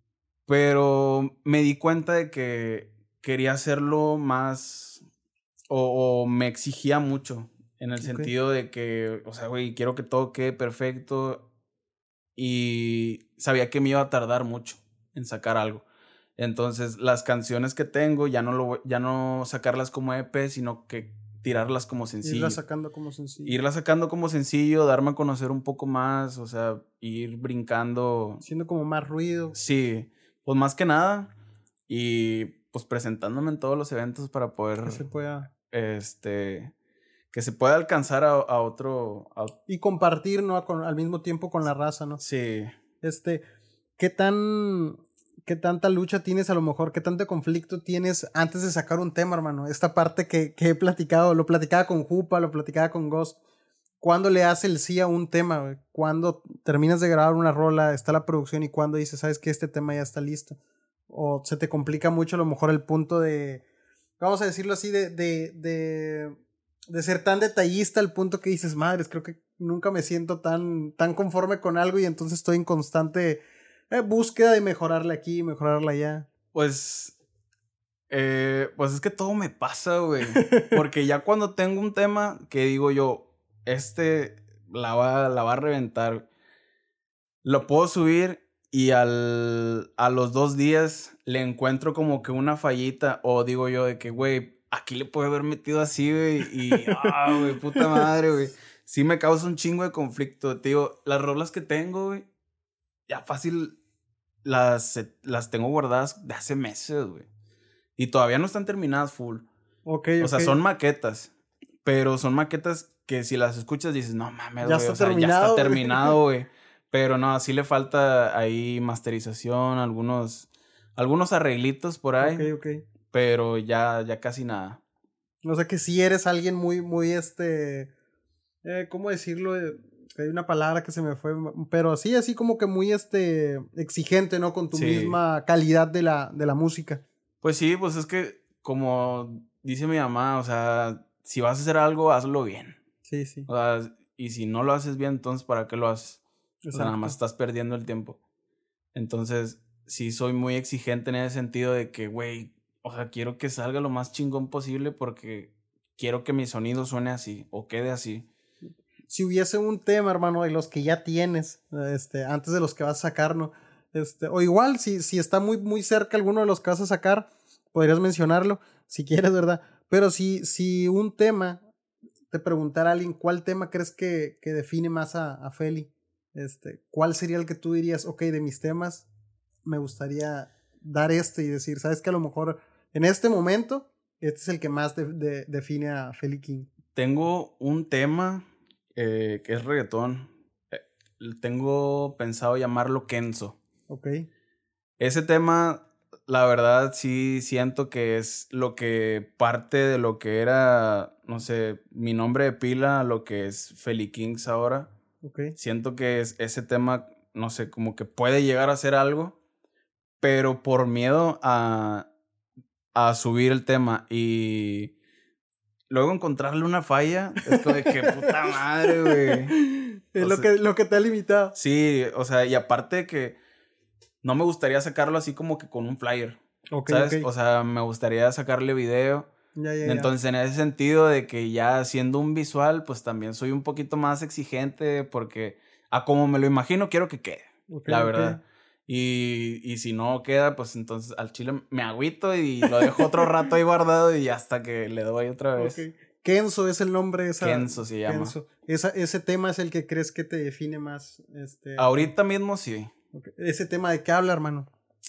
Speaker 2: Pero me di cuenta de que quería hacerlo más o, o me exigía mucho en el
Speaker 1: Ok.
Speaker 2: sentido de que, o sea, güey, quiero que todo quede perfecto y sabía que me iba a tardar mucho en sacar algo. Entonces, las canciones que tengo ya no lo voy- ya no sacarlas como E P, sino que tirarlas como sencillo.
Speaker 1: Irla sacando como sencillo.
Speaker 2: Irla sacando como sencillo, darme a conocer un poco más, o sea, ir brincando.
Speaker 1: Siendo como más ruido.
Speaker 2: Sí, pues más que nada. Y pues presentándome en todos los eventos para poder.
Speaker 1: Que se pueda.
Speaker 2: Este. Que se pueda alcanzar a, a otro. A...
Speaker 1: Y compartir, ¿no? Con, al mismo tiempo con la raza, ¿no?
Speaker 2: Sí.
Speaker 1: Este. ¿Qué tan. ¿Qué tanta lucha tienes a lo mejor? ¿Qué tanto conflicto tienes antes de sacar un tema, hermano? Esta parte que, que he platicado, lo platicaba con Jupa, lo platicaba con Ghost. ¿Cuándo le hace el sí a un tema, güey? ¿Cuándo terminas de grabar una rola, está la producción y cuándo dices, sabes que este tema ya está listo? O se te complica mucho a lo mejor el punto de, vamos a decirlo así, de, de, de, de ser tan detallista al punto que dices, madres, creo que nunca me siento tan, tan conforme con algo y entonces estoy en constante eh, búsqueda de mejorarla aquí, mejorarla allá.
Speaker 2: Pues. Eh, pues es que todo me pasa, güey. Porque ya cuando tengo un tema que digo yo, este la va, la va a reventar, lo puedo subir y al, a los dos días le encuentro como que una fallita. O digo yo de que, güey, aquí le puedo haber metido así, güey. Y, ah, güey, puta madre, güey. Sí me causa un chingo de conflicto. Te digo, las rolas que tengo, güey, ya fácil las, las tengo guardadas de hace meses, güey. Y todavía no están terminadas full.
Speaker 1: Ok,
Speaker 2: O
Speaker 1: ok.
Speaker 2: sea, son maquetas. Pero son maquetas que si las escuchas dices, no mames,
Speaker 1: Ya
Speaker 2: güey.
Speaker 1: está
Speaker 2: O sea, ya
Speaker 1: terminado,
Speaker 2: está
Speaker 1: güey.
Speaker 2: terminado, güey. Pero no, sí le falta ahí masterización, algunos, algunos arreglitos por ahí.
Speaker 1: Ok, ok.
Speaker 2: Pero ya, ya casi nada.
Speaker 1: O sea que si eres alguien muy, muy este. Eh, ¿Cómo decirlo? Eh, hay una palabra que se me fue. Pero sí, así como que muy este. Exigente, ¿no? Con tu
Speaker 2: Sí.
Speaker 1: misma calidad de la, de la música.
Speaker 2: Pues sí, pues es que, como dice mi mamá, o sea, si vas a hacer algo, hazlo bien.
Speaker 1: Sí, sí.
Speaker 2: O sea, y si no lo haces bien, entonces ¿para qué lo haces?
Speaker 1: Exacto.
Speaker 2: O sea, nada más estás perdiendo el tiempo. Entonces, sí soy muy exigente en ese sentido de que, güey, o sea, quiero que salga lo más chingón posible porque quiero que mi sonido suene así o quede así.
Speaker 1: Si hubiese un tema, hermano, de los que ya tienes, este, antes de los que vas a sacar, ¿no? Este, o igual, si, si está muy, muy cerca alguno de los que vas a sacar, podrías mencionarlo, si quieres, ¿verdad? Pero si, si un tema, te preguntara a alguien, ¿cuál tema crees que, que define más a, a Feli? Este, ¿cuál sería el que tú dirías, ok, de mis temas, me gustaría dar este y decir, sabes que a lo mejor en este momento, este es el que más de, de, define a Feli King?
Speaker 2: Tengo un tema eh, que es reggaetón. Eh, tengo pensado llamarlo Kenzo.
Speaker 1: Ok.
Speaker 2: Ese tema, la verdad, sí siento que es lo que parte de lo que era, no sé, mi nombre de pila, a lo que es Feli Kings ahora.
Speaker 1: Ok.
Speaker 2: Siento que es, ese tema, no sé, como que puede llegar a ser algo, pero por miedo a, a subir el tema y luego encontrarle una falla, es como de que puta madre, güey.
Speaker 1: Es
Speaker 2: O
Speaker 1: lo
Speaker 2: sea,
Speaker 1: que, lo que te ha limitado.
Speaker 2: sí, o sea, y aparte de que no me gustaría sacarlo así como que con un flyer,
Speaker 1: Ok,
Speaker 2: ¿sabes?
Speaker 1: ok.
Speaker 2: O sea, me gustaría sacarle video.
Speaker 1: Ya, ya, ya.
Speaker 2: Entonces, en ese sentido de que ya haciendo un visual, pues también soy un poquito más exigente porque a como me lo imagino quiero que quede,
Speaker 1: Ok,
Speaker 2: la
Speaker 1: ok.
Speaker 2: verdad. Y, y si no queda, pues entonces al chile me agüito y lo dejo otro rato ahí guardado y hasta que le doy otra vez.
Speaker 1: Ok. Kenzo es el nombre de esa.
Speaker 2: Kenzo se llama.
Speaker 1: Kenzo. Esa, ese tema es el que crees que te define más. Este,
Speaker 2: Ahorita mismo sí.
Speaker 1: Okay. ¿Ese tema de qué habla, hermano?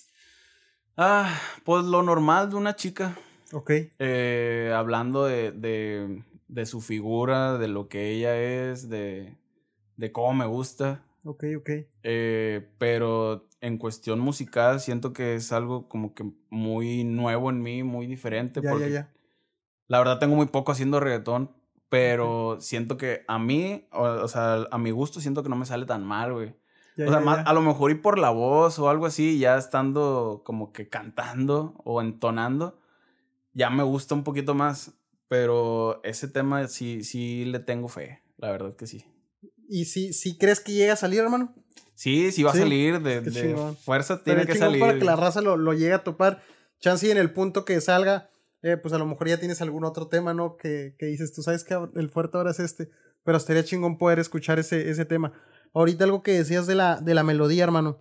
Speaker 2: Ah, pues lo normal de una chica.
Speaker 1: Ok.
Speaker 2: Eh, hablando de, de, de su figura, de lo que ella es, de, de cómo me gusta.
Speaker 1: Ok, ok.
Speaker 2: Eh, pero en cuestión musical siento que es algo como que muy nuevo en mí, muy diferente.
Speaker 1: Ya,
Speaker 2: porque
Speaker 1: ya, ya.
Speaker 2: La verdad tengo muy poco haciendo reggaetón, pero okay. siento que a mí, o, o sea, a mi gusto siento que no me sale tan mal, güey.
Speaker 1: Ya,
Speaker 2: o sea,
Speaker 1: ya,
Speaker 2: más,
Speaker 1: ya.
Speaker 2: a lo mejor y por la voz o algo así, ya estando como que cantando o entonando, ya me gusta un poquito más. Pero ese tema sí, sí le tengo fe, la verdad que sí.
Speaker 1: ¿Y si, si crees que llega a salir, hermano?
Speaker 2: Sí, sí va sí, a salir, de, de fuerza tiene
Speaker 1: Pero
Speaker 2: que salir.
Speaker 1: Para que la raza lo, lo llegue a topar. Chance en el punto que salga, eh, pues a lo mejor ya tienes algún otro tema, ¿no? Que, que dices, tú sabes que el fuerte ahora es este. Pero estaría chingón poder escuchar ese, ese tema. Ahorita algo que decías de la, de la melodía, hermano.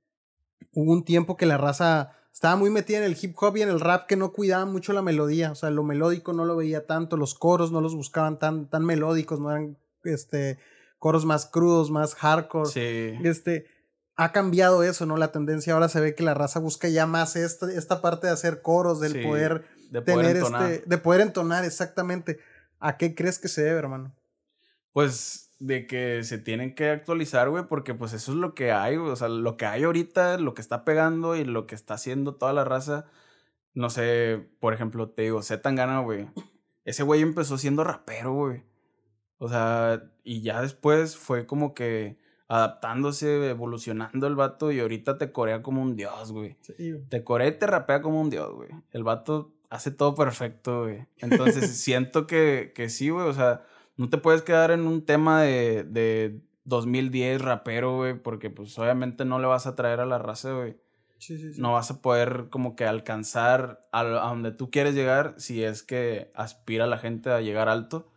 Speaker 1: Hubo un tiempo que la raza estaba muy metida en el hip hop y en el rap que no cuidaban mucho la melodía. O sea, lo melódico no lo veía tanto, los coros no los buscaban tan, tan melódicos, no eran este, coros más crudos, más hardcore.
Speaker 2: Sí.
Speaker 1: Este, ha cambiado eso, ¿no? La tendencia ahora se ve que la raza busca ya más esta, esta parte de hacer coros, del
Speaker 2: sí,
Speaker 1: poder
Speaker 2: de
Speaker 1: tener
Speaker 2: poder entonar.
Speaker 1: este, de poder entonar exactamente. ¿A qué crees que se debe, hermano?
Speaker 2: Pues de que se tienen que actualizar, güey, porque pues eso es lo que hay, güey. O sea, lo que hay ahorita, lo que está pegando y lo que está haciendo toda la raza. No sé, por ejemplo, te digo, Z Tangana, güey. Ese güey empezó siendo rapero, güey. O sea, y ya después fue como que adaptándose, evolucionando el vato y ahorita te corea como un dios, güey.
Speaker 1: Sí.
Speaker 2: Te corea y te rapea como un dios, güey. El vato hace todo perfecto, güey. Entonces siento que, que sí, güey, o sea... No te puedes quedar en un tema de, de dos mil diez rapero, güey, porque pues obviamente no le vas a traer a la raza, güey.
Speaker 1: Sí, sí, sí.
Speaker 2: No vas a poder como que alcanzar a, a donde tú quieres llegar si es que aspira la gente a llegar alto.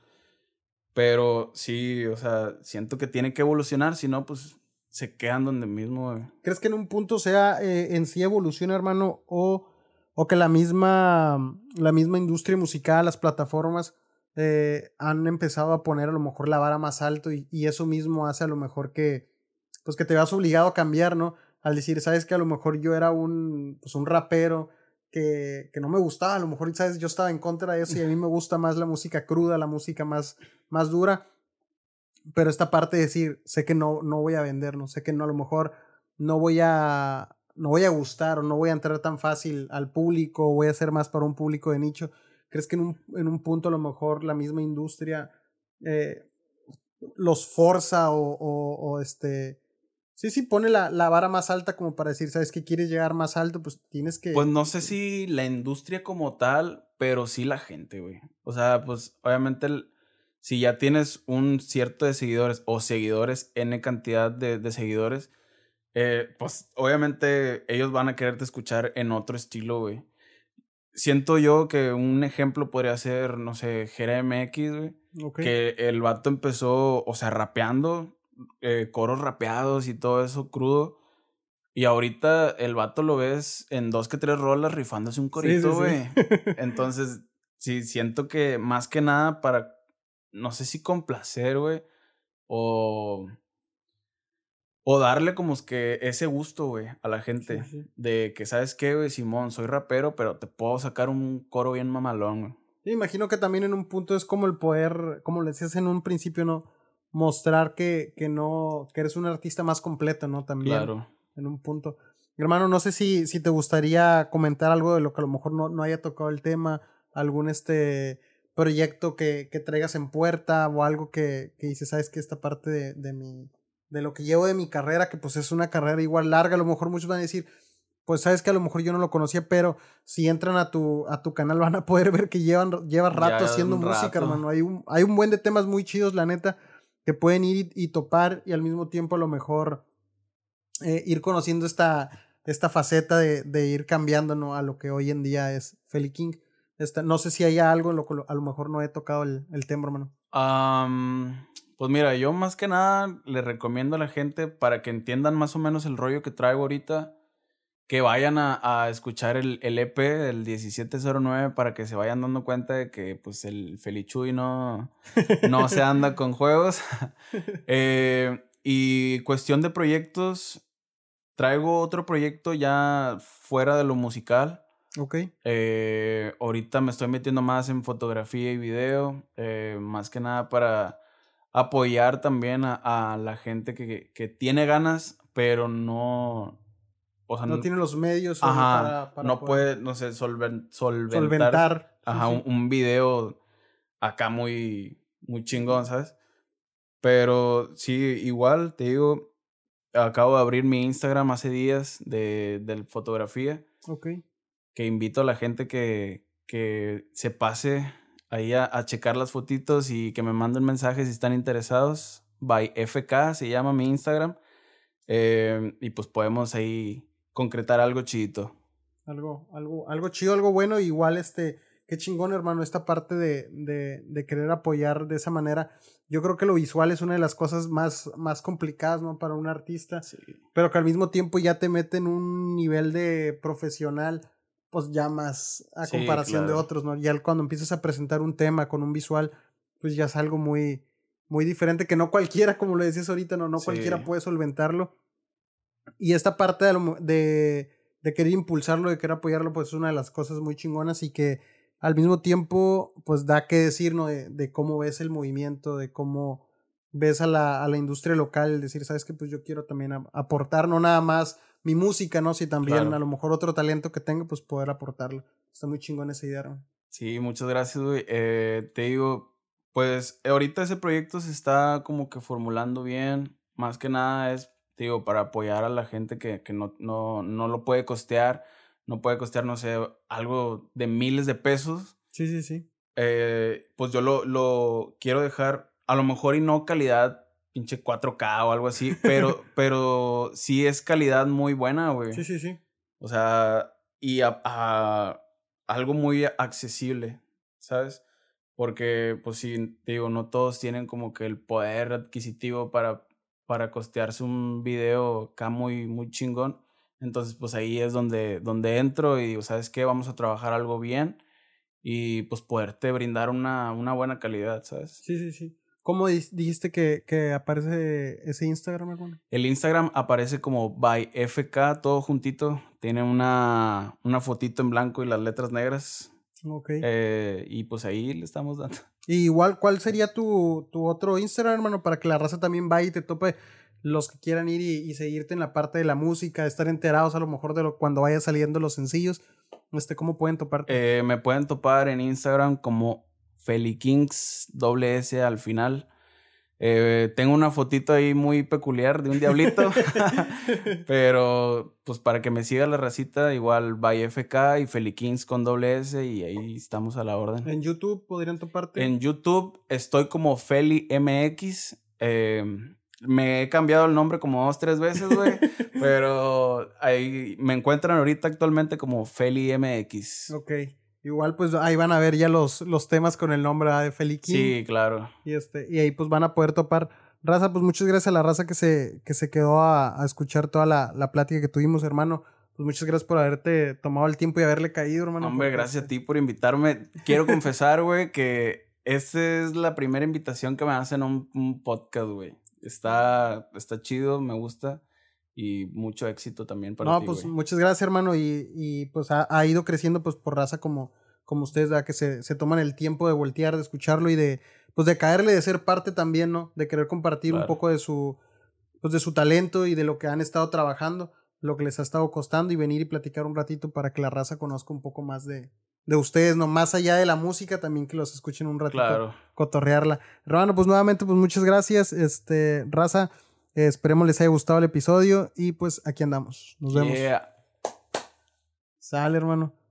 Speaker 2: Pero sí, o sea, siento que tiene que evolucionar, si no, pues se quedan donde mismo, güey.
Speaker 1: ¿Crees que en un punto sea eh, en sí evolución, hermano, o, o que la misma, la misma industria musical, las plataformas... Eh, han empezado a poner a lo mejor la vara más alto y, y eso mismo hace a lo mejor que pues que te veas obligado a cambiar, ¿no? Al decir, sabes que a lo mejor yo era un pues un rapero que, que no me gustaba, a lo mejor, sabes, yo estaba en contra de eso y a mí me gusta más la música cruda, la música más, más dura, pero esta parte de decir, sé que no, no voy a vender, no sé que no, a lo mejor no voy a no voy a gustar o no voy a entrar tan fácil al público, voy a ser más para un público de nicho. ¿Crees que en un, en un punto a lo mejor la misma industria eh, los forza o, o, o este... Sí, sí, pone la, la vara más alta como para decir, ¿sabes qué? ¿Quieres llegar más alto? Pues tienes que...
Speaker 2: Pues no sé si la industria como tal, pero sí la gente, güey. O sea, pues obviamente el, si ya tienes un cierto de seguidores o seguidores, N cantidad de, de seguidores, eh, pues obviamente ellos van a quererte escuchar en otro estilo, güey. Siento yo que un ejemplo podría ser, no sé, Jera M X, güey.
Speaker 1: Okay.
Speaker 2: Que el vato empezó, o sea, rapeando, eh, coros rapeados y todo eso crudo. Y ahorita el vato lo ves en dos que tres rolas rifándose un corito, güey. Sí, sí, sí. Entonces, sí, siento que más que nada para, no sé si complacer, güey, o... O darle como es que ese gusto, güey, a la gente. Sí, sí. De que, ¿sabes qué, güey? Simón, soy rapero, pero te puedo sacar un coro bien mamalón, güey.
Speaker 1: Sí, imagino que también en un punto es como el poder, como le decías en un principio, ¿no? Mostrar que, que no, que eres un artista más completo, ¿no? También.
Speaker 2: Claro.
Speaker 1: En un punto. Hermano, no sé si, si te gustaría comentar algo de lo que a lo mejor no, no haya tocado el tema, algún este proyecto que, que traigas en puerta o algo que, que dices, sabes que esta parte de, de mi... de lo que llevo de mi carrera, que pues es una carrera igual larga, a lo mejor muchos van a decir, pues sabes que a lo mejor yo no lo conocía, pero si entran a tu, a tu canal van a poder ver que llevan, llevas rato ya haciendo música, rato. Hermano. Hay un, hay un buen de temas muy chidos, la neta, que pueden ir y, y topar y al mismo tiempo a lo mejor eh, ir conociendo esta, esta faceta de, de ir cambiando, ¿no? A lo que hoy en día es Feli King. Esta, no sé si hay algo en lo que a lo mejor no he tocado el, el tema, hermano.
Speaker 2: Um... Pues mira, yo más que nada le recomiendo a la gente para que entiendan más o menos el rollo que traigo ahorita, que vayan a, a escuchar el, el E P, el diecisiete cero nueve, para que se vayan dando cuenta de que pues el Felichuy no, no se anda con juegos. eh, y cuestión de proyectos, traigo otro proyecto ya fuera de lo musical.
Speaker 1: Ok.
Speaker 2: Eh, ahorita me estoy metiendo más en fotografía y video, eh, más que nada para apoyar también a, a la gente que, que tiene ganas, pero no... O sea,
Speaker 1: no tiene los medios
Speaker 2: ajá,
Speaker 1: para, para
Speaker 2: no
Speaker 1: poder
Speaker 2: puede, no sé, solven, solventar,
Speaker 1: solventar.
Speaker 2: ajá,
Speaker 1: Sí,
Speaker 2: un,
Speaker 1: sí.
Speaker 2: un video acá muy, muy chingón, ¿sabes? Pero sí, igual, te digo, acabo de abrir mi Instagram hace días de, de fotografía,
Speaker 1: Ok.
Speaker 2: que invito a la gente que, que se pase ahí a, a checar las fotitos y que me manden mensajes si están interesados. By F K se llama mi Instagram. Eh, y pues podemos ahí concretar algo chidito.
Speaker 1: Algo, algo, algo chido, algo bueno. Igual, este, qué chingón, hermano, esta parte de, de, de querer apoyar de esa manera. Yo creo que lo visual es una de las cosas más, más complicadas, ¿no? Para un artista.
Speaker 2: Sí.
Speaker 1: Pero que al mismo tiempo ya te mete en un nivel de profesional, pues ya más a
Speaker 2: Sí,
Speaker 1: comparación de
Speaker 2: claro.
Speaker 1: otros, ¿no? Ya cuando empiezas a presentar un tema con un visual, pues ya es algo muy, muy diferente, que no cualquiera, como lo decías ahorita, no, no
Speaker 2: Sí.
Speaker 1: cualquiera puede solventarlo. Y esta parte de, lo, de, de querer impulsarlo, de querer apoyarlo, pues es una de las cosas muy chingonas y que al mismo tiempo, pues da que decir, ¿no? De, de cómo ves el movimiento, de cómo ves a la, a la industria local, decir, ¿sabes qué? Pues yo quiero también a, aportar, no nada más mi música, ¿no? Si también
Speaker 2: Claro.
Speaker 1: a lo mejor otro talento que tenga, pues poder aportarlo. Está muy chingón esa idea, ¿no?
Speaker 2: Sí, muchas gracias, güey. Eh, te digo, pues ahorita ese proyecto se está como que formulando bien. Más que nada es, te digo, para apoyar a la gente que, que no, no, no lo puede costear. No puede costear, no sé, algo de miles de pesos.
Speaker 1: Sí, sí, sí.
Speaker 2: Eh, pues yo lo, lo quiero dejar, a lo mejor y no calidad pinche cuatro K o algo así, pero, pero sí es calidad muy buena, güey.
Speaker 1: Sí, sí, sí.
Speaker 2: O sea, y a, a algo muy accesible, ¿sabes? Porque, pues sí, te digo, no todos tienen como que el poder adquisitivo para, para costearse un video acá muy, muy chingón. Entonces, pues ahí es donde, donde entro y digo, ¿sabes qué? Vamos a trabajar algo bien y pues poderte brindar una, una buena calidad, ¿sabes?
Speaker 1: Sí, sí, sí. ¿Cómo dijiste que, que aparece ese Instagram, hermano?
Speaker 2: El Instagram aparece como by F K, todo juntito. Tiene una, una fotito en blanco y las letras negras.
Speaker 1: Ok.
Speaker 2: Eh, y pues ahí le estamos dando.
Speaker 1: Y igual, ¿cuál sería tu, tu otro Instagram, hermano? Para que la raza también vaya y te tope, los que quieran ir y, y seguirte en la parte de la música, estar enterados a lo mejor de lo, cuando vayan saliendo los sencillos. Este, ¿cómo pueden toparte?
Speaker 2: Eh, me pueden topar en Instagram como Felikings, doble S al final. Eh, tengo una fotito ahí muy peculiar de un diablito. Pero, pues para que me siga la racita, igual by F K y Felikings con doble S y ahí estamos a la orden.
Speaker 1: ¿En YouTube podrían toparte?
Speaker 2: En YouTube estoy como Feli M X. Eh, me he cambiado el nombre como dos, tres veces, güey. Pero ahí me encuentran ahorita actualmente como Feli M X.
Speaker 1: Ok. Igual, pues ahí van a ver ya los, los temas con el nombre de Feliquín.
Speaker 2: Sí, claro.
Speaker 1: Y, este, y ahí pues van a poder topar. Raza, pues muchas gracias a la raza que se, que se quedó a, a escuchar toda la, la plática que tuvimos, hermano. Pues muchas gracias por haberte tomado el tiempo y haberle caído, hermano.
Speaker 2: Hombre,
Speaker 1: porque,
Speaker 2: gracias
Speaker 1: este...
Speaker 2: a ti por invitarme. Quiero confesar, güey, que esta es la primera invitación que me hacen a un, un podcast, güey. Está, está chido, me gusta. Y mucho éxito también para
Speaker 1: no,
Speaker 2: ti,
Speaker 1: pues
Speaker 2: güey.
Speaker 1: muchas gracias, hermano. Y, y pues ha, ha ido creciendo pues por raza como, como ustedes, ¿verdad? Que se, se toman el tiempo de voltear, de escucharlo y de, pues de caerle, de ser parte también, ¿no? De querer compartir
Speaker 2: Claro.
Speaker 1: un poco de su, pues de su talento y de lo que han estado trabajando, lo que les ha estado costando y venir y platicar un ratito para que la raza conozca un poco más de, de ustedes, ¿no? Más allá de la música, también que los escuchen un ratito,
Speaker 2: Claro.
Speaker 1: cotorrearla. Hermano, pues nuevamente, pues muchas gracias, este, raza. Eh, esperemos les haya gustado el episodio y pues aquí andamos. Nos vemos.
Speaker 2: Yeah.
Speaker 1: Sale, hermano.